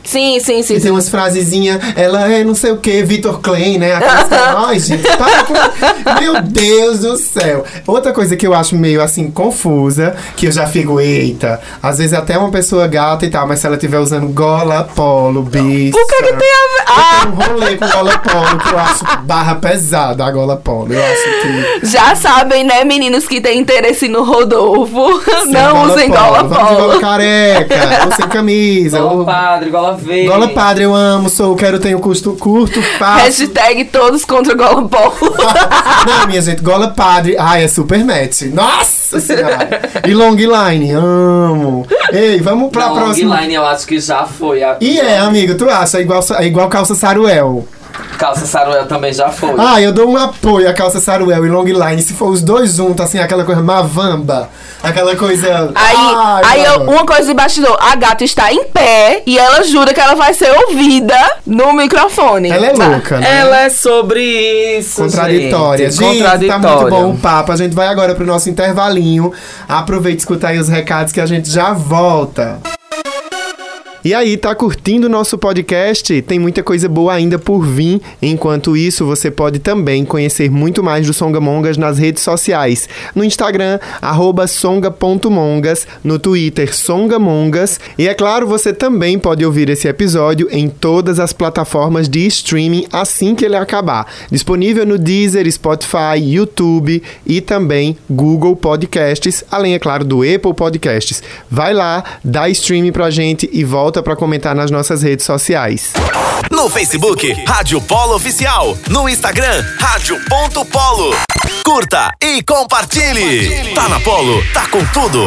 Sim, sim, sim. E tem umas frasezinhas, ela é não sei o que, Vitor Klein, né? Aquelas... Ai, gente, para com... Meu Deus do céu. Outra coisa que eu acho meio assim, confusa, que eu já fico, eita, às vezes até uma pessoa gata e tal, mas se ela estiver usando gola polo, bicho. Por que que tem a ver? Ah! Eu tenho um rolê com gola polo, que eu acho barra pesada a gola polo. Eu acho que... Já sabem, né, meninos que têm interesse no Rodolfo, Sem não gola usem polo. gola Vamos de gola polo. careca, ou sem camisa. Gola ou... padre, gola verde. Gola padre, eu amo, sou, quero, tenho custo curto, fácil. Hashtag todos contra o gola polo. Não, minha gente, gola padre, ai, é super match. Nossa senhora. E long line, amo. Ei, vamos pra Não, próxima. Long line eu acho que já foi. A... E é, amigo, tu acha? É igual, é igual calça saruel. Calça saruel também já foi. Ah, eu dou um apoio à calça saruel e long line. Se for os dois juntos, assim, aquela coisa mavamba. Aquela coisa... Aí, Ai, aí eu- mano. uma coisa de bastidor, a gata está em pé e ela jura que ela vai ser ouvida no microfone. Ela é louca, né? Ela é sobre isso. Contraditória. Gente, Gente, contraditória. tá muito bom o papo. A gente vai agora pro nosso intervalinho. Aproveite e escuta aí os recados que a gente já volta. E aí, tá curtindo o nosso podcast? Tem muita coisa boa ainda por vir. Enquanto isso, você pode também conhecer muito mais do Songamongas nas redes sociais. No Instagram, arroba songa ponto mongas, no Twitter, songamongas. E é claro, você também pode ouvir esse episódio em todas as plataformas de streaming assim que ele acabar. Disponível no Deezer, Spotify, YouTube e também Google Podcasts, além, é claro, do Apple Podcasts. Vai lá, dá streaming pra gente e volta para comentar nas nossas redes sociais. No Facebook, Rádio Polo Oficial. No Instagram, Rádio Ponto Polo. Curta e compartilhe. Tá na Polo, tá com tudo.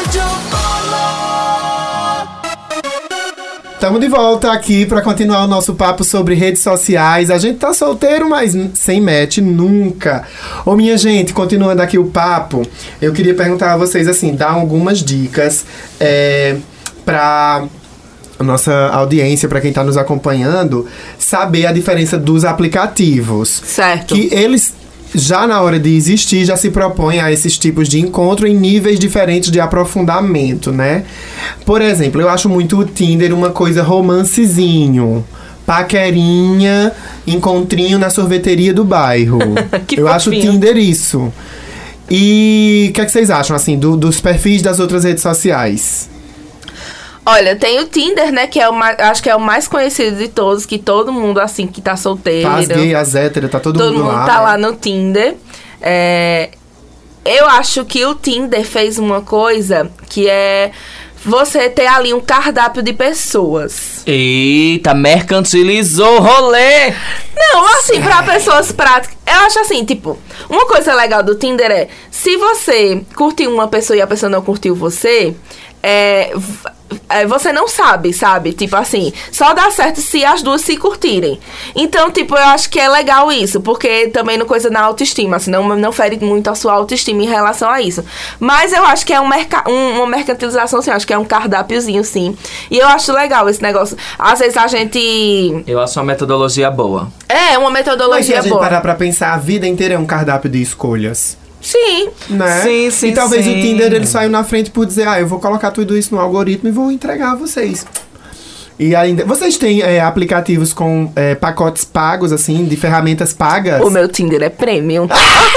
Estamos de volta aqui para continuar o nosso papo sobre redes sociais. A gente tá solteiro, mas sem match nunca. Ô, minha gente, continuando aqui o papo, eu queria perguntar a vocês, assim, dar algumas dicas é, para a nossa audiência, para quem tá nos acompanhando, saber a diferença dos aplicativos. Certo. Que eles, já na hora de existir, já se propõem a esses tipos de encontro em níveis diferentes de aprofundamento, né? Por exemplo, eu acho muito o Tinder uma coisa romancezinho. Paquerinha, encontrinho na sorveteria do bairro. Que eu acho o fofinho. Tinder isso. E o que, é que vocês acham, assim, do- dos perfis das outras redes sociais? Olha, tem o Tinder, né, que é o mais, acho que é o mais conhecido de todos, que todo mundo, assim, que tá solteiro. Tá as gays, as héteras, tá todo, Todo mundo mundo lá. tá né? lá no Tinder. É, eu acho que o Tinder fez uma coisa que é você ter ali um cardápio de pessoas. Eita, mercantilizou o rolê. Não, assim, pra pessoas práticas. Eu acho assim, tipo, uma coisa legal do Tinder é, se você curtiu uma pessoa e a pessoa não curtiu você, é, v- é, você não sabe, sabe? Tipo assim, só dá certo se as duas se curtirem. Então, tipo, eu acho que é legal isso, porque também não coisa na autoestima, assim, não, não fere muito a sua autoestima em relação a isso. Mas eu acho que é um merca um, uma mercantilização, assim, eu acho que é um cardápiozinho, sim. E eu acho legal esse negócio. Às vezes a gente... Eu acho uma metodologia boa. É, uma Mas se metodologia a gente boa. parar pra pensar, a vida inteira é um cardápio de escolhas. Sim. Né? Sim, sim, E talvez sim. o Tinder ele saiu na frente por dizer, ah, eu vou colocar tudo isso no algoritmo e vou entregar a vocês. E ainda. Vocês têm é, aplicativos com é, pacotes pagos, assim, de ferramentas pagas? O meu Tinder é premium.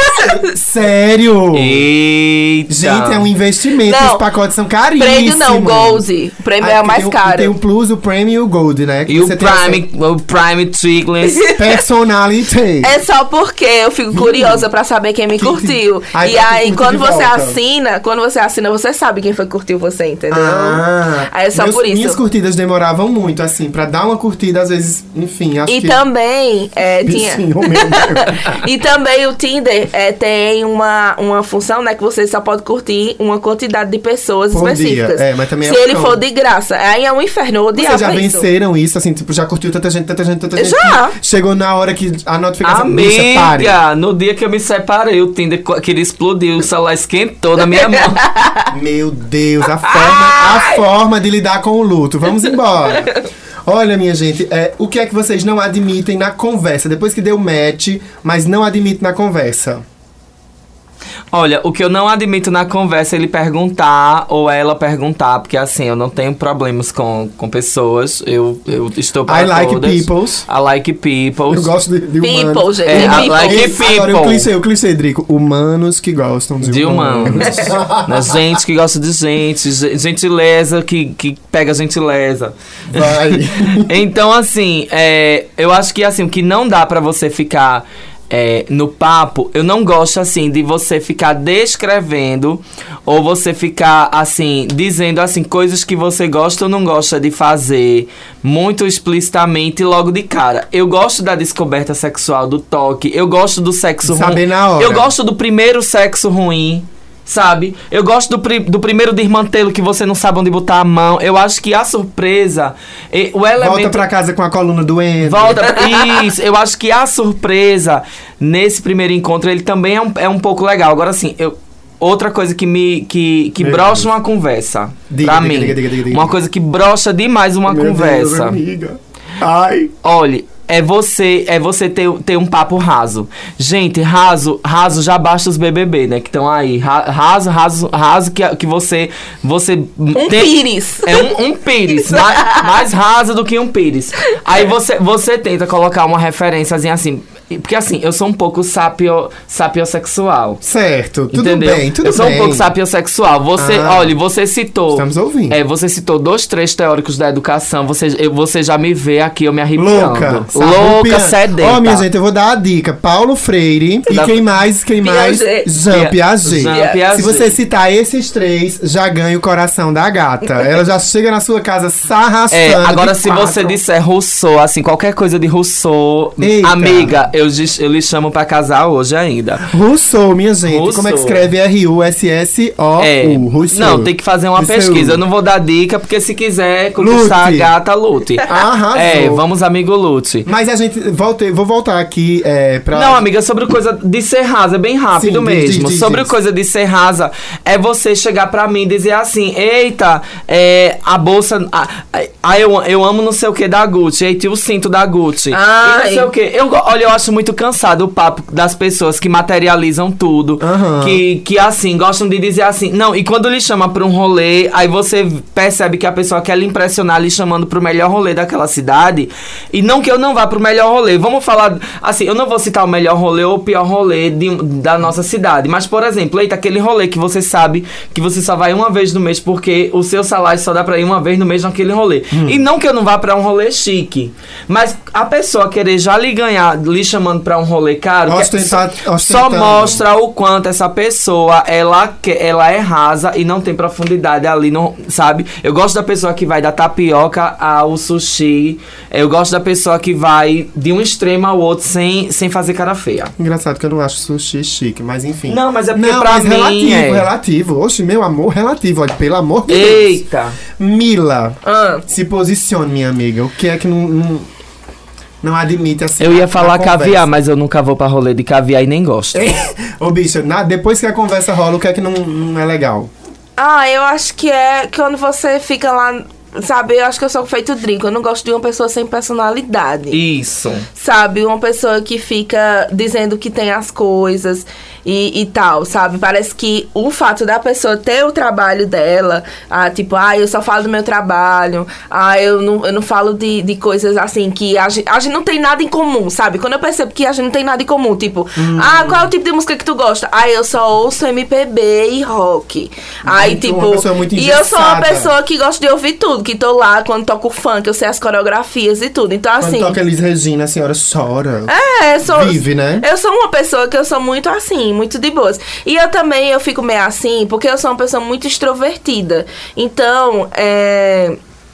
Sério? Eita. Gente, é um investimento. Não. Os pacotes são caríssimos. Prêmio não, Gold. O prêmio Ah, é o porque mais tem o- caro. Tem o Plus, o Premium e o Gold, né? Que E o você tem Prime, o Prime Trigless. acesso- Personality. É só porque eu fico curiosa pra saber quem me Que- curtiu. Aí e tá aí, curte quando de você volta. assina, quando você assina, você sabe quem foi que curtiu você, entendeu? Ah, Aí é só meus- por isso. Minhas curtidas demoravam muito, assim, pra dar uma curtida, às vezes, enfim, acho E que... também, é, tinha... Bichinho, meu Deus. E também o Tinder é, tem uma, uma função, né, que você só pode curtir uma quantidade de pessoas Por específicas. dia. É, mas também Se é ele bom. for de graça, aí é um inferno, eu odiava Vocês já isso. venceram isso, assim, tipo, já curtiu tanta gente, tanta gente, tanta gente. Já. que Chegou na hora que a notificação, bicha, pare. Amiga, no dia que eu me separei, o Tinder co- queria explodir, o celular esquentou na minha mão. Meu Deus, a forma, a forma de lidar com o luto. Vamos embora. Olha, minha gente, é, o que é que vocês não admitem na conversa? Depois que deu match, mas não admite na conversa. Olha, o que eu não admito na conversa é ele perguntar ou ela perguntar, porque assim, eu não tenho problemas com, com pessoas, eu, eu estou para I like todas. peoples. I like peoples. Eu gosto de, de humanos. People, gente. É, I people. like Esse- Agora, o people. clichê, o clichê, Drico. Humanos que gostam de, De humanos. Né, gente que gosta de gente, ge- gentileza que, que pega gentileza. Vai. Então, assim, é, eu acho que assim, o que não dá pra você ficar é, no papo, eu não gosto assim de você ficar descrevendo ou você ficar assim, dizendo assim, coisas que você gosta ou não gosta de fazer muito explicitamente logo de cara. Eu gosto da descoberta sexual, do toque, eu gosto do sexo ruim. Saber na hora. Eu gosto do primeiro sexo ruim. Sabe? Eu gosto do, pri do primeiro desmantelo que você não sabe onde botar a mão. Eu acho que a surpresa, e, o elemento... Volta pra casa com a coluna doendo. Volta. Isso. Eu acho que a surpresa nesse primeiro encontro, ele também é um, é um pouco legal. Agora, assim, eu... Outra coisa que me que, que Meu brocha Deus. uma conversa, Diga, pra diga, mim, diga, diga, diga, diga. uma coisa que brocha demais uma Meu conversa. Deus, amiga. Ai. Olha, é você, é você ter, ter um papo raso. Gente, raso, raso já basta os B B B, né? Que estão aí. Ra- Raso, raso, raso que, que você, você Um tem- pires. É um, um pires, mais, mais raso do que um pires. Aí você, você tenta colocar uma referênciazinha assim. Porque assim, eu sou um pouco sapio, sapiosexual. Certo, tudo Entendeu? bem, tudo eu sou bem. um pouco sapiosexual. Você, Ah. olha, você citou. Estamos ouvindo. É, você citou dois, três teóricos da educação. Você, eu- você já me vê aqui, eu me arrepiando. Louca. Louca, sarrupiante. sedenta. Ó, minha gente, eu vou dar a dica. Paulo Freire. E Da- quem mais? Quem mais? Piaget. Jean Piaget. Jean Piaget. Se você citar esses três, já ganha o coração da gata. Ela já chega na sua casa sarrastando. É, agora de se quatro. você disser Rousseau, assim, qualquer coisa de Rousseau, Eita. amiga, eu, dis- eu lhe chamo pra casar hoje ainda. Rousseau, minha gente. Rousseau. Como é que escreve R U S S O U? É, Rousseau. não, tem que fazer uma Rousseau. pesquisa. Eu não vou dar dica, porque se quiser conquistar Lute. a gata, lute. Arrasou. É, vamos, amigo, lute. Mas a gente, voltei, vou voltar aqui é, pra... Não, amiga, sobre coisa de ser rasa, é bem rápido Sim, diz, mesmo. diz, diz, sobre diz. coisa de ser rasa, é você chegar pra mim e dizer assim: eita, é, a bolsa. Ah, ah, eu, eu amo não sei o que da Gucci, eita, o cinto da Gucci. Ai. E não sei o que. Eu, go- olha, eu acho muito cansado o papo das pessoas que materializam tudo. Aham. Que, que assim, gostam de dizer assim. Não, e quando lhe chama pra um rolê, aí você percebe que a pessoa quer lhe impressionar lhe chamando pro melhor rolê daquela cidade. E não que eu não vá pro melhor rolê. Vamos falar, assim, eu não vou citar o melhor rolê ou o pior rolê de- da nossa cidade. Mas, por exemplo, eita, aquele rolê que você sabe que você só vai uma vez no mês porque o seu salário só dá pra ir uma vez no mês naquele rolê. E não que eu não vá pra um rolê chique. Mas a pessoa querer já lhe ganhar, lhe chamando pra um rolê caro, que- Ostenta- só, só ostentando. mostra o quanto essa pessoa, ela, que- ela é rasa e não tem profundidade ali, não, sabe? Eu gosto da pessoa que vai da tapioca ao sushi. Eu gosto da pessoa que vai de um extremo ao outro sem, sem fazer cara feia. Engraçado que eu não acho sushi chique, mas enfim. Não, mas é porque Não, pra mas mim relativo, é. relativo. Oxe, meu amor, relativo. Olha, pelo amor de Deus. Eita! Mila, Ah, se posicione, minha amiga. O que é que não, não, não admite assim? Eu ia a- falar a caviar, conversa? mas eu nunca vou pra rolê de caviar e nem gosto. Ô, bicho, na- depois que a conversa rola, o que é que não, não é legal? Ah, eu acho que é quando você fica lá, sabe? Eu acho que eu sou feito Drico. Eu não gosto de uma pessoa sem personalidade. Isso. Sabe? Uma pessoa que fica dizendo que tem as coisas e, e tal, sabe? Parece que o fato da pessoa ter o trabalho dela, ah, tipo, ah, eu só falo do meu trabalho, ah, eu não, eu não falo de, de coisas assim que a gente, a gente não tem nada em comum, sabe? Quando eu percebo que a gente não tem nada em comum, tipo, ah, qual é o tipo de música que tu gosta? Ah, eu só ouço M P B e rock. Aí, Muito- tipo, uma pessoa muito e eu sou uma engessada. pessoa que gosta de ouvir tudo, que tô lá quando toco funk, eu sei as coreografias e tudo. Então, Quando assim. toca Elis Regina, a senhora chora. É, eu sou, Vive, né? eu sou uma pessoa que eu sou muito assim, muito de boas. E eu também, eu fico meio assim, porque eu sou uma pessoa muito extrovertida. Então, é...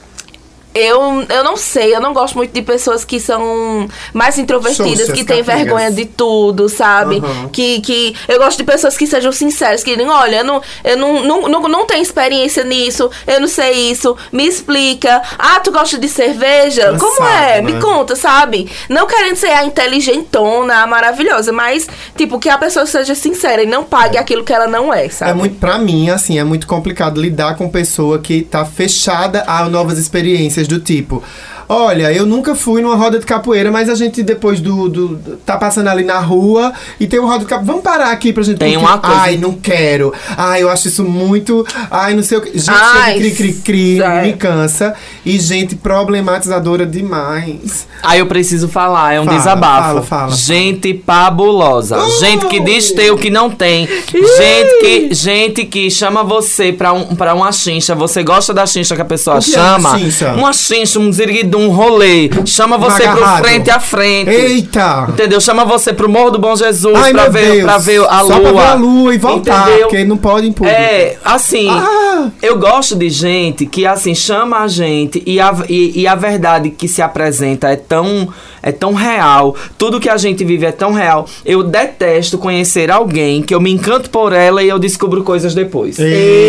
Eu, eu não sei, eu não gosto muito de pessoas que são mais introvertidas, Xoxas, que têm capigas. vergonha de tudo, sabe? Uhum. Que, que eu gosto de pessoas que sejam sinceras, que digam, olha, eu não, eu não, não, não, não tenho experiência nisso, eu não sei isso, me explica. Ah, tu gosta de cerveja? Cansado, Como é? né? Me conta, sabe? Não querendo ser a inteligentona, a maravilhosa, mas, tipo, que a pessoa seja sincera e não pague aquilo que ela não é, sabe? É muito, pra mim, assim, é muito complicado lidar com pessoa que tá fechada a novas experiências do tipo, Olha, eu nunca fui numa roda de capoeira, mas a gente depois do, do tá passando ali na rua e tem uma roda de capoeira. Vamos parar aqui pra gente Tem curtir. uma coisa- Ai, não quero. Ai, eu acho isso muito... Ai, não sei o que. Gente, Ai, chega de cri-cri-cri, sério. me cansa. E gente problematizadora demais. Aí eu preciso falar, é um Fala, desabafo. fala, fala. Gente pabulosa. Uh! Gente que diz ter o que não tem. Gente que, gente que chama você pra, um, pra uma chincha. Você gosta da chincha que a pessoa O que é chama? uma chincha? Uma chincha, um ziriguidum, um rolê. Chama você pro agarrado. frente a frente. Eita! Entendeu? Chama você pro Morro do Bom Jesus Ai, pra meu ver, Deus. pra ver a lua. Só pra ver a lua e voltar, Entendeu? porque não pode em público. É, assim, Ah! eu gosto de gente que, assim, chama a gente e a, e, e a verdade que se apresenta é tão, é tão real. Tudo que a gente vive é tão real. Eu detesto conhecer alguém que eu me encanto por ela e eu descubro coisas depois.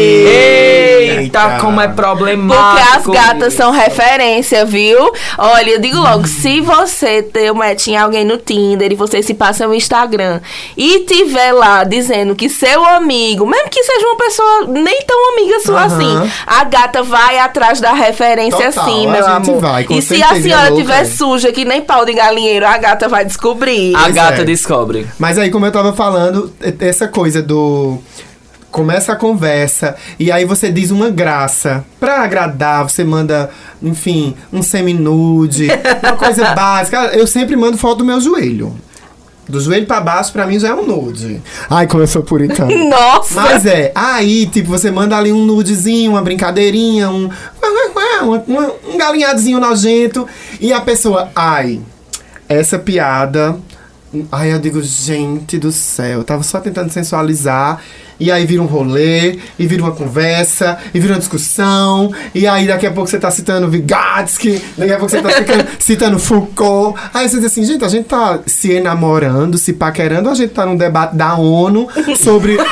Eita. Eita, como é Porque problemático. as gatas são referência, viu? Olha, eu digo logo, se você ter uma tinha alguém no Tinder e você se passa no Instagram e tiver lá dizendo que seu amigo, mesmo que seja uma pessoa nem tão amiga sua Aham. assim, a gata vai atrás da referência Total, assim, a meu gente amor. vai, com e se certeza, a senhora é louca, tiver é. suja que nem pau de galinheiro, a gata vai descobrir. A Pois gata é. descobre. Mas aí, como eu tava falando, e- essa coisa do... Começa a conversa e aí você diz uma graça pra agradar, você manda, enfim, um semi-nude, uma coisa básica. Eu sempre mando foto do meu joelho. Do joelho pra baixo, pra mim, já é um nude. Ai, como eu sou puritano. Nossa! Mas é, aí, tipo, você manda ali um nudezinho, uma brincadeirinha, um, uma- uma- um galinhadozinho nojento. E a pessoa, ai, essa piada... Ai, eu digo, gente do céu, eu tava só tentando sensualizar. E aí vira um rolê, e vira uma conversa, e vira uma discussão. E aí daqui a pouco você tá citando Vygotsky, daqui a pouco você tá ficando- citando Foucault. Aí você diz assim, gente, a gente tá se enamorando, se paquerando, ou a gente tá num debate da ONU sobre o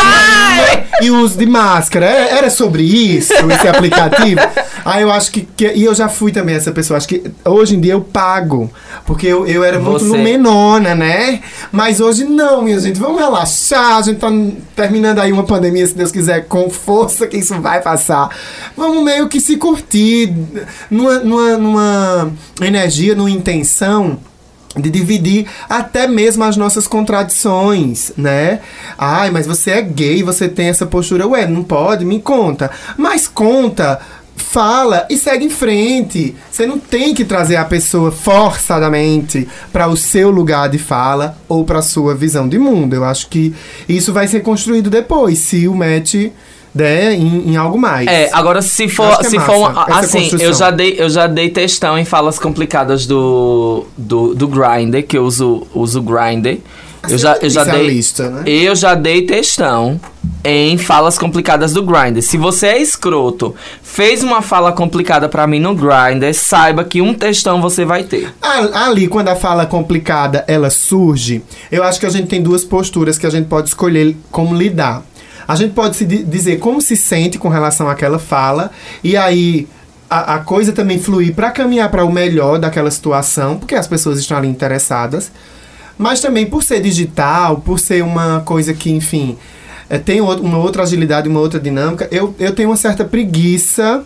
clima e o uso de máscara. É- Era sobre isso, esse aplicativo? Aí eu acho que, que... E eu já fui também essa pessoa. Acho que hoje em dia eu pago. Porque eu, eu era muito Você. no menona, né? Mas hoje não, minha gente. Vamos relaxar. A gente tá terminando aí uma pandemia, se Deus quiser, com força, que isso vai passar. Vamos meio que se curtir numa, numa, numa energia, numa intenção de dividir até mesmo as nossas contradições, né? Ai, mas você é gay, você tem essa postura. Ué, não pode? Me conta. Mas conta... Fala e segue em frente. Você não tem que trazer a pessoa forçadamente para o seu lugar de fala ou para sua visão de mundo. Eu acho que isso vai ser construído depois, se o match der em, em algo mais. É, agora se for, Acho que é se massa, for uma, essa assim, construção. eu já dei, eu já dei textão em falas complicadas do do, do Grindr, que eu uso uso Grindr. Eu já, eu já dei, Especialista, né? eu já dei textão em falas complicadas do Grindr. Se você é escroto, fez uma fala complicada pra mim no Grindr, saiba que um textão você vai ter. A- Ali, quando a fala complicada ela surge, eu acho que a gente tem duas posturas que a gente pode escolher como lidar. A gente pode se di- dizer como se sente com relação àquela fala, e aí a, a coisa também fluir para caminhar para o melhor daquela situação, porque as pessoas estão ali interessadas. Mas também por ser digital, por ser uma coisa que, enfim, é, tem outro- uma outra agilidade, uma outra dinâmica, eu, eu tenho uma certa preguiça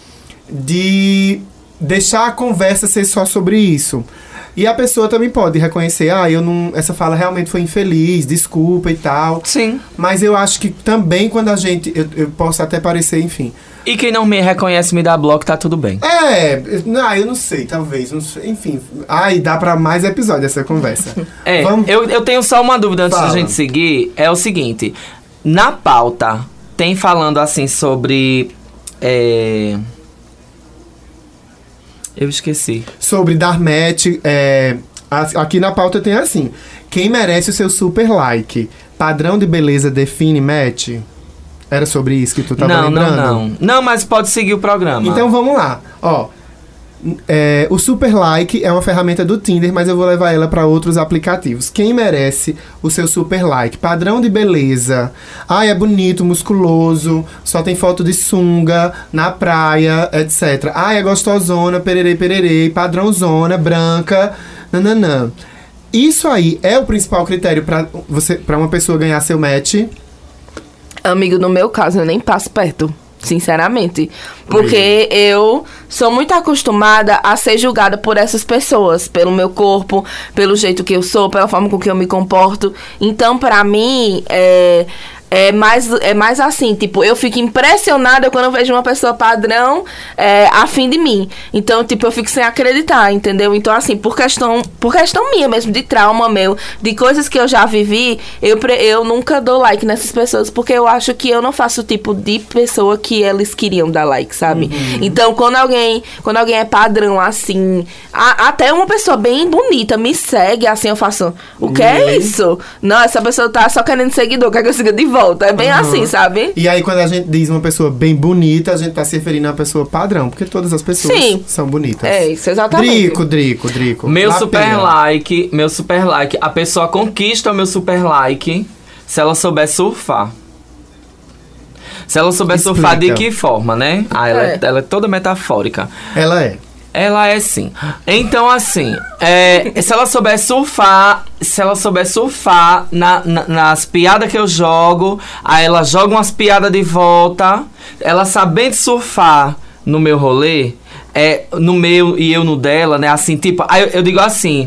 de deixar a conversa ser só sobre isso. E a pessoa também pode reconhecer, ah, eu não, essa fala realmente foi infeliz, desculpa e tal. Sim. Mas eu acho que também quando a gente, eu, eu posso até parecer, enfim... E quem não me reconhece me dá bloco, tá tudo bem. É, não, eu não sei, talvez, não sei, enfim. Ai, dá pra mais episódio essa conversa. É, Vamos- eu, eu tenho só uma dúvida antes Fala. da gente seguir. É o seguinte, na pauta, tem falando assim sobre... É... Eu esqueci. Sobre dar match, é, a- aqui na pauta tem assim: quem merece o seu super like? Padrão de beleza define match? Era sobre isso que tu tava não, lembrando? não, não. Não, mas pode seguir o programa. Então vamos lá. Ó, é, o super like é uma ferramenta do Tinder, mas eu vou levar ela para outros aplicativos. Quem merece o seu super like? Padrão de beleza. Ai, é bonito, musculoso, só tem foto de sunga na praia, etcétera. Ai, é gostosona, pererei, pererei, padrãozona, branca, nananã. Isso aí é o principal critério para você, para uma pessoa ganhar seu match? Amigo, no meu caso, eu nem passo perto. Sinceramente. Porque eu sou muito acostumada a ser julgada por essas pessoas. Pelo meu corpo, pelo jeito que eu sou, pela forma com que eu me comporto. Então, pra mim, é... É mais, é mais assim, tipo, eu fico impressionada quando eu vejo uma pessoa padrão é, afim de mim. Então, tipo, eu fico sem acreditar, entendeu? Então, assim, por questão, por questão minha mesmo, de trauma meu, de coisas que eu já vivi, eu, eu nunca dou like nessas pessoas, porque eu acho que eu não faço o tipo de pessoa que eles queriam dar like, sabe? Uhum. Então, quando alguém, quando alguém é padrão, assim, a, até uma pessoa bem bonita me segue, assim, eu faço, o que uhum. é isso? Não, essa pessoa tá só querendo seguidor, quer que eu siga de volta. É bem uhum. assim, sabe? E aí, quando a gente diz uma pessoa bem bonita, a gente tá se referindo a uma pessoa padrão, porque todas as pessoas Sim. são bonitas. É isso, exatamente. Drico, Drico, Drico. Meu La super pena. like, meu super like. A pessoa conquista o meu super like se ela souber surfar. Se ela souber Explica. surfar de que forma, né? Ah, ela é. ela é toda metafórica. Ela é. Ela é sim. Então, assim, é, se ela souber surfar, se ela souber surfar na, na, nas piadas que eu jogo, aí ela joga umas piadas de volta, ela sabendo surfar no meu rolê, é, no meu e eu no dela, né? Assim, tipo, aí eu, eu digo assim,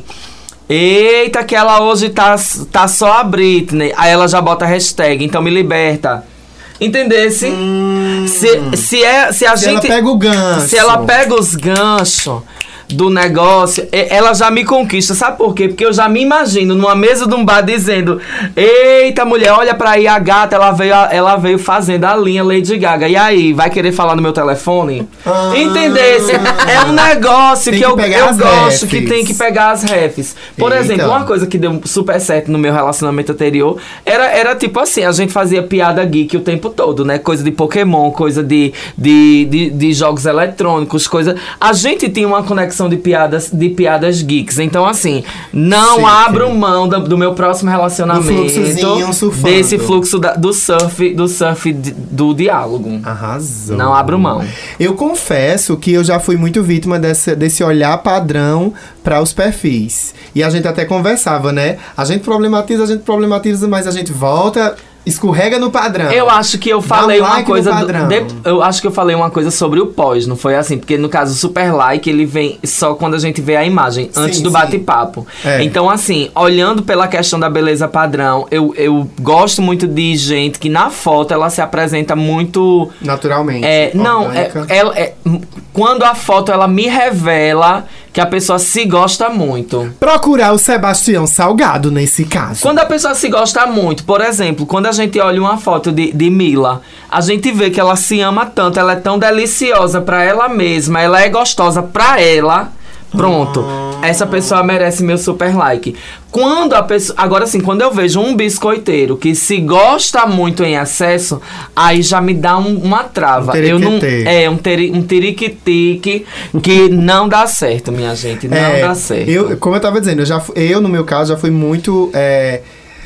eita, que ela hoje tá, tá só a Britney. Aí ela já bota a hashtag, então me liberta. Entendesse? Hum. Se, se, é, se a se gente. Se ela pega o gancho. Se ela pega os ganchos do negócio, ela já me conquista. Sabe por quê? Porque eu já me imagino numa mesa de um bar dizendo: eita, mulher, olha pra aí a gata, ela veio, ela veio fazendo a linha Lady Gaga. E aí, vai querer falar no meu telefone? Ah, Entendesse? É um negócio que, que eu, eu gosto refs. que tem que pegar as refs. Por Eita. exemplo, uma coisa que deu super certo no meu relacionamento anterior era, era tipo assim, a gente fazia piada geek o tempo todo, né? Coisa de Pokémon, coisa de, de, de, de jogos eletrônicos, coisa... A gente tinha uma conexão de piadas, de piadas geeks. Então, assim, não Chique. abro mão do, do meu próximo relacionamento, desse fluxo da, do surf, do surf de, do diálogo. Arrasou. Não abro mão. Eu confesso que eu já fui muito vítima desse, desse olhar padrão para os perfis. E a gente até conversava, né? A gente problematiza, a gente problematiza, mas a gente volta... Escorrega no padrão. Eu acho que eu falei um like uma coisa do, de, eu acho que eu falei uma coisa sobre o pós, não foi assim? Porque no caso o super like, ele vem só quando a gente vê a imagem, sim, antes do bate-papo. É. Então assim, olhando pela questão da beleza padrão, eu, eu gosto muito de gente que na foto ela se apresenta muito naturalmente. É, não, é, ela, é, quando a foto ela me revela que a pessoa se gosta muito. Procurar o Sebastião Salgado nesse caso. Quando a pessoa se gosta muito, por exemplo, quando a gente olha uma foto de, de Mila, a gente vê que ela se ama tanto, ela é tão deliciosa pra ela mesma, ela é gostosa pra ela. Pronto, essa pessoa merece meu super like. Quando a pessoa... Agora assim, quando eu vejo um biscoiteiro que se gosta muito em excesso, aí já me dá um, uma trava. Um eu não É, um, teri, um tiriquitique que não dá certo, minha gente. Não é, dá certo. Eu, como eu tava dizendo, eu, já, eu no meu caso já fui muito... É,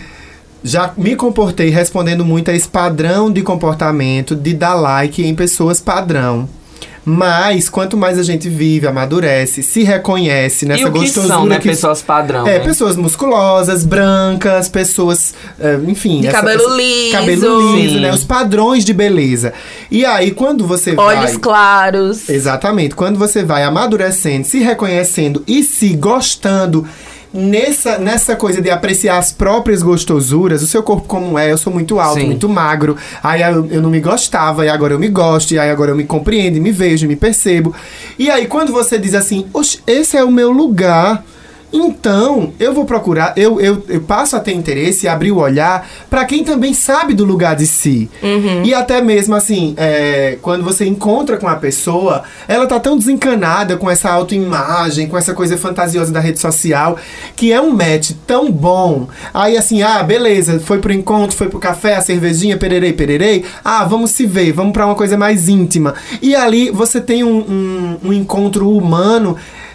já me comportei respondendo muito a esse padrão de comportamento de dar like em pessoas padrão. Mas, quanto mais a gente vive, amadurece, se reconhece nessa e o que gostosura... são, né, que pessoas padrão, É, né? pessoas musculosas, brancas, pessoas, enfim... De essa, cabelo essa, liso. Cabelo liso, Sim. né? Os padrões de beleza. E aí, quando você Olhos vai... Olhos claros. Exatamente. Quando você vai amadurecendo, se reconhecendo e se gostando... Nessa, nessa coisa de apreciar as próprias gostosuras, o seu corpo como é, eu sou muito alto, Sim. muito magro, aí eu, eu não me gostava, e agora eu me gosto, e aí agora eu me compreendo, me vejo, me percebo. E aí quando você diz assim, oxe, esse é o meu lugar, então eu vou procurar, eu, eu, eu passo a ter interesse e abrir o olhar para quem também sabe do lugar de si. Uhum. E até mesmo assim, é, quando você encontra com a pessoa, ela tá tão desencanada com essa autoimagem, com essa coisa fantasiosa da rede social, que é um match tão bom. Aí assim, ah, beleza, foi pro encontro, foi pro café, a cervejinha, pererei, pererei. Ah, vamos se ver, vamos pra uma coisa mais íntima. E ali você tem um, um, um encontro humano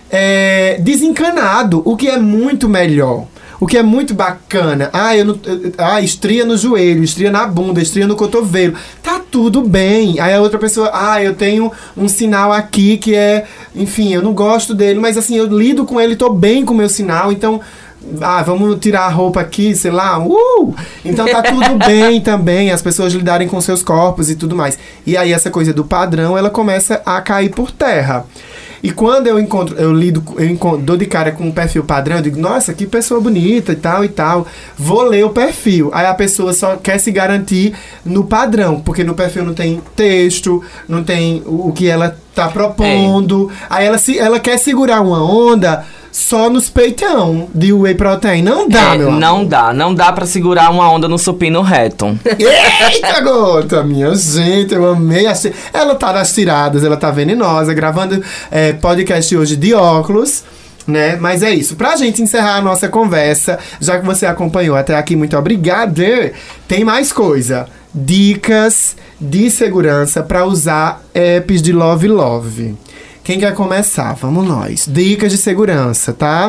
É, desencanado, o que é muito melhor, o que é muito bacana. Ah, eu não, ah, estria no joelho, estria na bunda, estria no cotovelo, tá tudo bem. Aí a outra pessoa, ah, eu tenho um sinal aqui que é, enfim, eu não gosto dele, mas assim, eu lido com ele, tô bem com o meu sinal, então Ah, vamos tirar a roupa aqui, sei lá. Uh! Então tá tudo bem também, as pessoas lidarem com seus corpos e tudo mais. E aí essa coisa do padrão, ela começa a cair por terra. E quando eu encontro, eu lido, eu encontro, dou de cara com um perfil padrão, eu digo, nossa, que pessoa bonita e tal e tal. Vou ler o perfil. Aí a pessoa só quer se garantir no padrão, porque no perfil não tem texto, não tem o, o que ela tá propondo. É. Aí ela, se, ela quer segurar uma onda só nos peitão de whey protein. Não dá, é, meu amor. Não dá. Não dá pra segurar uma onda no supino reto. Eita, gota, minha gente, eu amei. As... Ela tá nas tiradas, ela tá venenosa, gravando é, podcast hoje de óculos, né? Mas é isso. Pra gente encerrar a nossa conversa, já que você acompanhou até aqui, muito obrigada. Tem mais coisa. Dicas de segurança pra usar apps de Love Love. Quem quer começar? Vamos nós. Dicas de segurança, tá?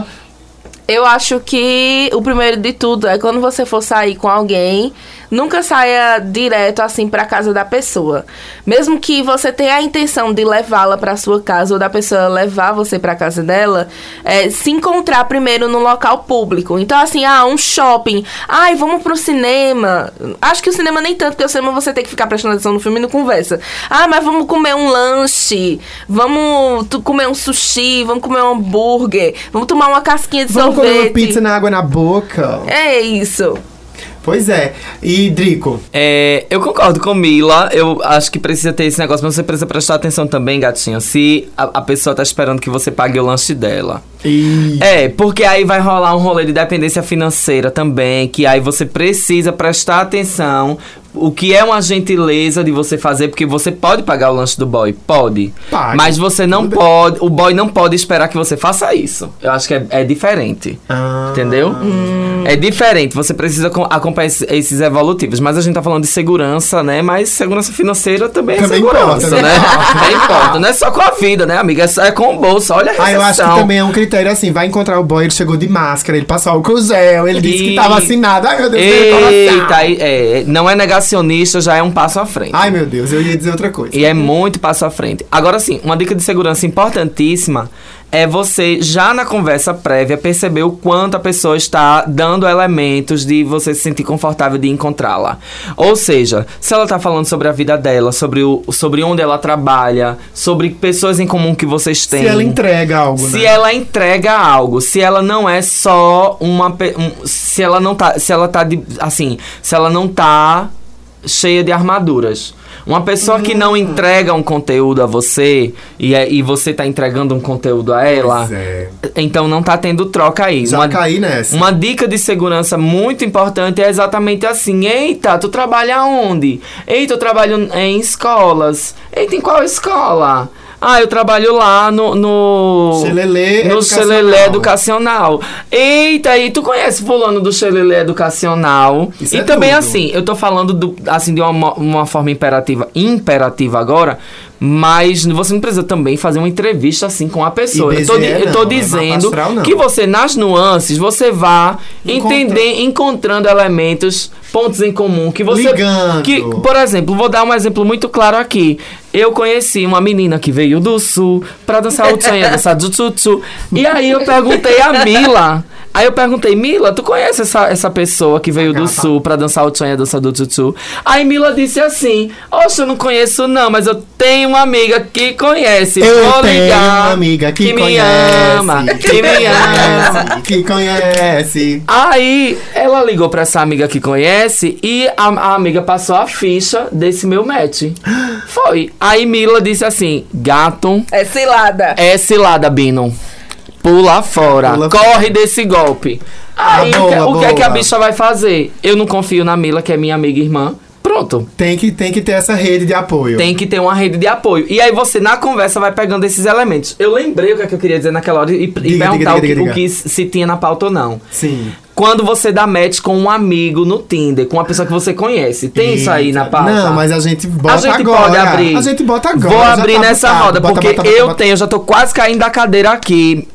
Eu acho que o primeiro de tudo é quando você for sair com alguém, nunca saia direto assim pra casa da pessoa. Mesmo que você tenha a intenção de levá-la pra sua casa ou da pessoa levar você pra casa dela, é, se encontrar primeiro no local público. Então assim, ah, um shopping. Ai, vamos pro cinema. Acho que o cinema nem tanto, porque o cinema você tem que ficar prestando atenção no filme e não conversa. Ah, mas vamos comer um lanche. Vamos tu, comer um sushi. Vamos comer um hambúrguer. Vamos tomar uma casquinha de vamos sorvete. Vamos comer uma pizza na água na boca. É isso. Pois é. E, Drico? É, eu concordo com Mila. Eu acho que precisa ter esse negócio, mas você precisa prestar atenção também, gatinha, se a, a pessoa tá esperando que você pague o lanche dela. E... É, porque aí vai rolar um rolê de dependência financeira também, que aí você precisa prestar atenção o que é uma gentileza de você fazer, porque você pode pagar o lanche do boy, pode. Pague. Mas você não pode, o boy não pode esperar que você faça isso. Eu acho que é, é diferente. Ah. Entendeu? Hum. É diferente, você precisa acompanhar esses evolutivos. Mas a gente tá falando de segurança, né? Mas segurança financeira também, também é segurança, importa, né? Também importa. Não é só com a vida, né, amiga? É com o bolso, olha a recessão. Ah, eu acho que também é um critério assim, vai encontrar o boy, ele chegou de máscara, ele passou álcool gel, ele disse e... que tá vacinado. Ai, meu Deus, eita, é, não é negacionista, já é um passo à frente. Ai, meu Deus, eu ia dizer outra coisa. E é muito passo à frente. Agora sim, uma dica de segurança importantíssima é você, já na conversa prévia, perceber o quanto a pessoa está dando elementos de você se sentir confortável de encontrá-la. Ou seja, se ela está falando sobre a vida dela, sobre, o, sobre onde ela trabalha, sobre pessoas em comum que vocês têm. Se ela entrega algo, se né? Se ela entrega algo, se ela não é só uma... Um, se ela não tá... Se ela tá de... Assim, se ela não tá cheia de armaduras. Uma pessoa hum. que não entrega um conteúdo a você e, e você tá entregando um conteúdo a ela, é. então não tá tendo troca aí. Já uma, caí nessa. Uma dica de segurança muito importante é exatamente assim. Eita, tu trabalha onde? Eita, eu trabalho em escolas. Eita, em qual escola? Ah, eu trabalho lá no... No Xelelê no educacional. Xelelê educacional. Eita, e tu conhece fulano do Xelelê educacional? Isso e é também tudo. assim, eu tô falando do, assim, de uma, uma forma imperativa, imperativa agora, mas você não precisa também fazer uma entrevista assim com a pessoa. I B G, eu tô, eu tô não, dizendo astral, não. que você, nas nuances, você vá Encontra... entender, encontrando elementos, pontos em comum que você... Ligando. Que, por exemplo, vou dar um exemplo muito claro aqui. Eu conheci uma menina que veio do sul pra dançar o tchanha, dançar jutsu. E aí eu perguntei a Mila. Aí eu perguntei, Mila, tu conhece essa, essa pessoa que veio do sul pra dançar o tchanha, dançar do jutsu? Aí Mila disse assim, oxe, eu não conheço não, mas eu tenho uma amiga que conhece. Eu Vou tenho ligar, uma amiga que, que me conhece, ama, que me ama. que conhece. Aí ela ligou pra essa amiga que conhece e a, a amiga passou a ficha desse meu match. Foi. Aí Mila disse assim, gato... É cilada. É cilada, Bino. Pula fora. Pula corre fora. desse golpe. Aí, Ah, boa, o que boa. é que a bicha vai fazer? Eu não confio na Mila, que é minha amiga e irmã. Pronto. Tem que, tem que ter essa rede de apoio. Tem que ter uma rede de apoio. E aí você, na conversa, vai pegando esses elementos. Eu lembrei o que, é que eu queria dizer naquela hora e, e Diga, perguntar diga, o, que, diga, o diga. que se tinha na pauta ou não. Sim. Quando você dá match com um amigo no Tinder, com uma pessoa que você conhece. Tem isso aí na pauta? Não, mas a gente bota A gente agora. pode abrir. A gente bota agora. Vou já abrir tá nessa botado. roda, Bota, porque bota, bota, eu bota. tenho, eu já tô quase caindo da cadeira aqui.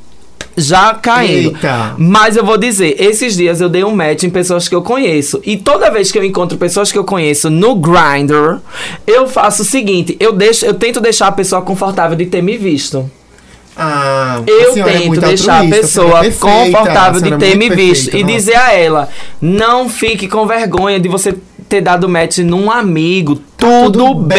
Já caindo. Eita. Mas eu vou dizer, esses dias eu dei um match em pessoas que eu conheço. E toda vez que eu encontro pessoas que eu conheço no Grindr, eu faço o seguinte, eu, deixo, eu tento deixar a pessoa confortável de ter me visto. Ah, eu a senhora é tento muito deixar a altruísta, pessoa a senhora é perfeita, confortável a de senhora é ter me muito visto perfeita, e nossa. dizer a ela, não fique com vergonha de você ter dado match num amigo. Tá tudo, tudo bem.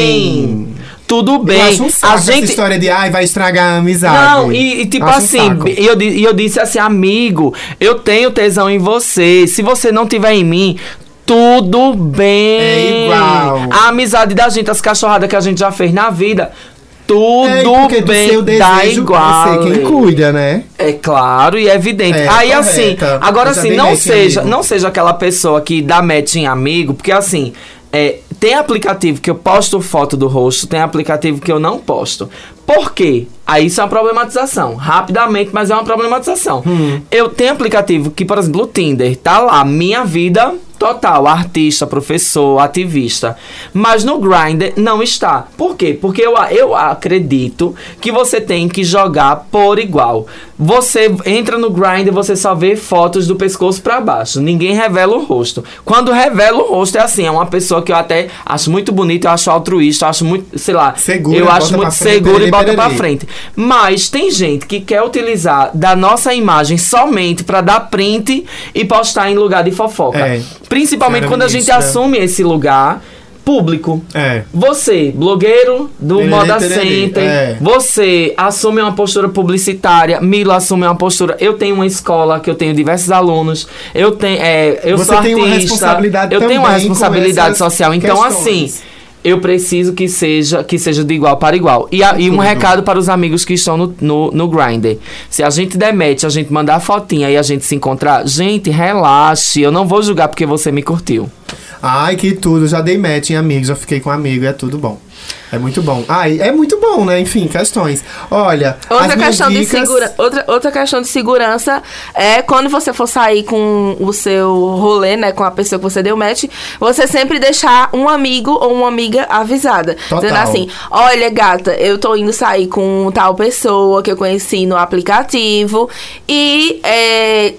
bem. Tudo bem. Eu acho um saco a gente essa história de, ai, vai estragar a amizade. Não, e, e tipo Acho um assim, saco. e eu, di- e eu disse assim, amigo, eu tenho tesão em você. Se você não tiver em mim, tudo bem. É igual. A amizade da gente, as cachorradas que a gente já fez na vida, tudo É, porque do bem, seu dá desejo, igual. você quem cuida, né? É claro e é evidente. É, Aí correta. assim, agora Eu já assim, dei não match em seja, amigo. não seja aquela pessoa que dá match em amigo, porque assim, é, tem aplicativo que eu posto foto do rosto, tem aplicativo que eu não posto. Por quê? Aí isso é uma problematização. Rapidamente, mas é uma problematização. Hum. Eu tenho aplicativo que, por exemplo, o Tinder, tá lá, minha vida total, artista, professor, ativista. Mas no Grindr não está. Por quê? Porque eu, eu acredito que você tem que jogar por igual. Você entra no Grindr, você só vê fotos do pescoço pra baixo. Ninguém revela o rosto. Quando revela o rosto é assim, é uma pessoa que eu até acho muito bonita, eu acho altruísta, eu acho muito, sei lá, Segura, eu bota acho pra muito frente, seguro e perere, bota pra perere. frente. Mas tem gente que quer utilizar da nossa imagem somente pra dar print e postar em lugar de fofoca. É. Principalmente Senhora quando a gente ministra. assume esse lugar público. É. Você, blogueiro do Tererê, Moda tererê, Center, é. você assume uma postura publicitária, Milo assume uma postura. Eu tenho uma escola que eu tenho diversos alunos, eu tenho, é, eu Você sou tem artista, uma responsabilidade eu tenho uma também com responsabilidade essas social. Então, questões. assim, eu preciso que seja, que seja de igual para igual. E, a- e um Tudo. recado para os amigos que estão no, no, no Grindr. Se a gente demete, a gente mandar fotinha e a gente se encontrar, gente, relaxe. Eu não vou julgar porque você me curtiu. Ai, que tudo. Já dei match em amigo, já fiquei com amigo, é tudo bom. É muito bom. Ai, é muito bom, né? Enfim, questões. Olha, Outra as minhas questão, de dicas... segura... outra, outra questão de segurança é quando você for sair com o seu rolê, né? Com a pessoa que você deu match, você sempre deixar um amigo ou uma amiga avisada. Total. Dizendo assim, olha, gata, eu tô indo sair com tal pessoa que eu conheci no aplicativo e... É,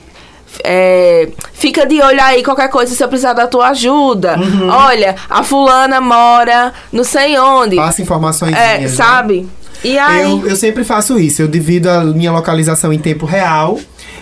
é, fica de olho aí, qualquer coisa, se eu precisar da tua ajuda. Uhum. Olha, a fulana mora não sei onde. Passa informações. É, sabe? E aí... Eu, eu sempre faço isso. Eu divido a minha localização em tempo real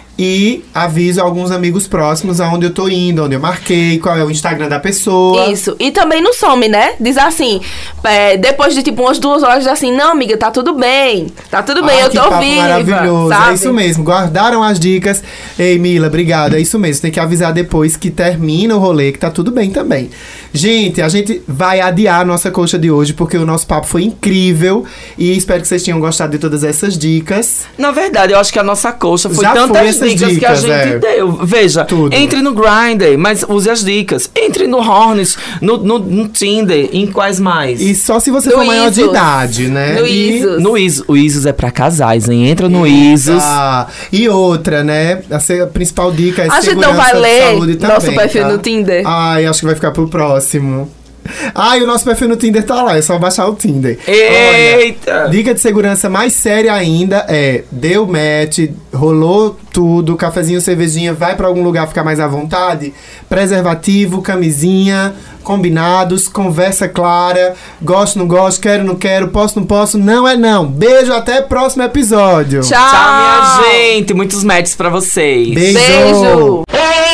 e aviso alguns amigos próximos aonde eu tô indo, onde eu marquei, qual é o Instagram da pessoa. Isso. E também não some, né? Diz assim, é, depois de tipo umas duas horas, diz assim, não, amiga, tá tudo bem. Tá tudo bem, Ai, eu que tô papo viva. maravilhoso. Sabe? É isso mesmo. Guardaram as dicas. Ei, Mila, obrigada. É isso mesmo. Tem que avisar depois que termina o rolê, que tá tudo bem também. Gente, a gente vai adiar a nossa coxa de hoje, porque o nosso papo foi incrível. E espero que vocês tenham gostado de todas essas dicas. Na verdade, eu acho que a nossa coxa foi Já tantas foi essas dicas, que a dicas, gente é. deu. Veja, Tudo. entre no Grindr, mas use as dicas. Entre no Hornets, no, no, no Tinder, em quais mais? E só se você No for maior de Isus. idade, né? No e... Isus. No Isus. O Isus é pra casais, hein? Entra no Isus. Ah, e outra, né? A, se- a principal dica é A gente segurança não vai de ler saúde também, nosso perfil tá? no Tinder? Ai, acho que vai ficar pro próximo. Ai, o nosso perfil no Tinder tá lá, é só baixar o Tinder. Eita! Olha, dica de segurança mais séria ainda é: deu match, rolou tudo, cafezinho, cervejinha, vai pra algum lugar ficar mais à vontade. Preservativo, camisinha, combinados, conversa clara, gosto, não gosto, quero, não quero, posso, não posso, não é não. Beijo, até o próximo episódio. Tchau. Tchau, minha gente! Muitos matches pra vocês. Beijo. Beijo. Ei,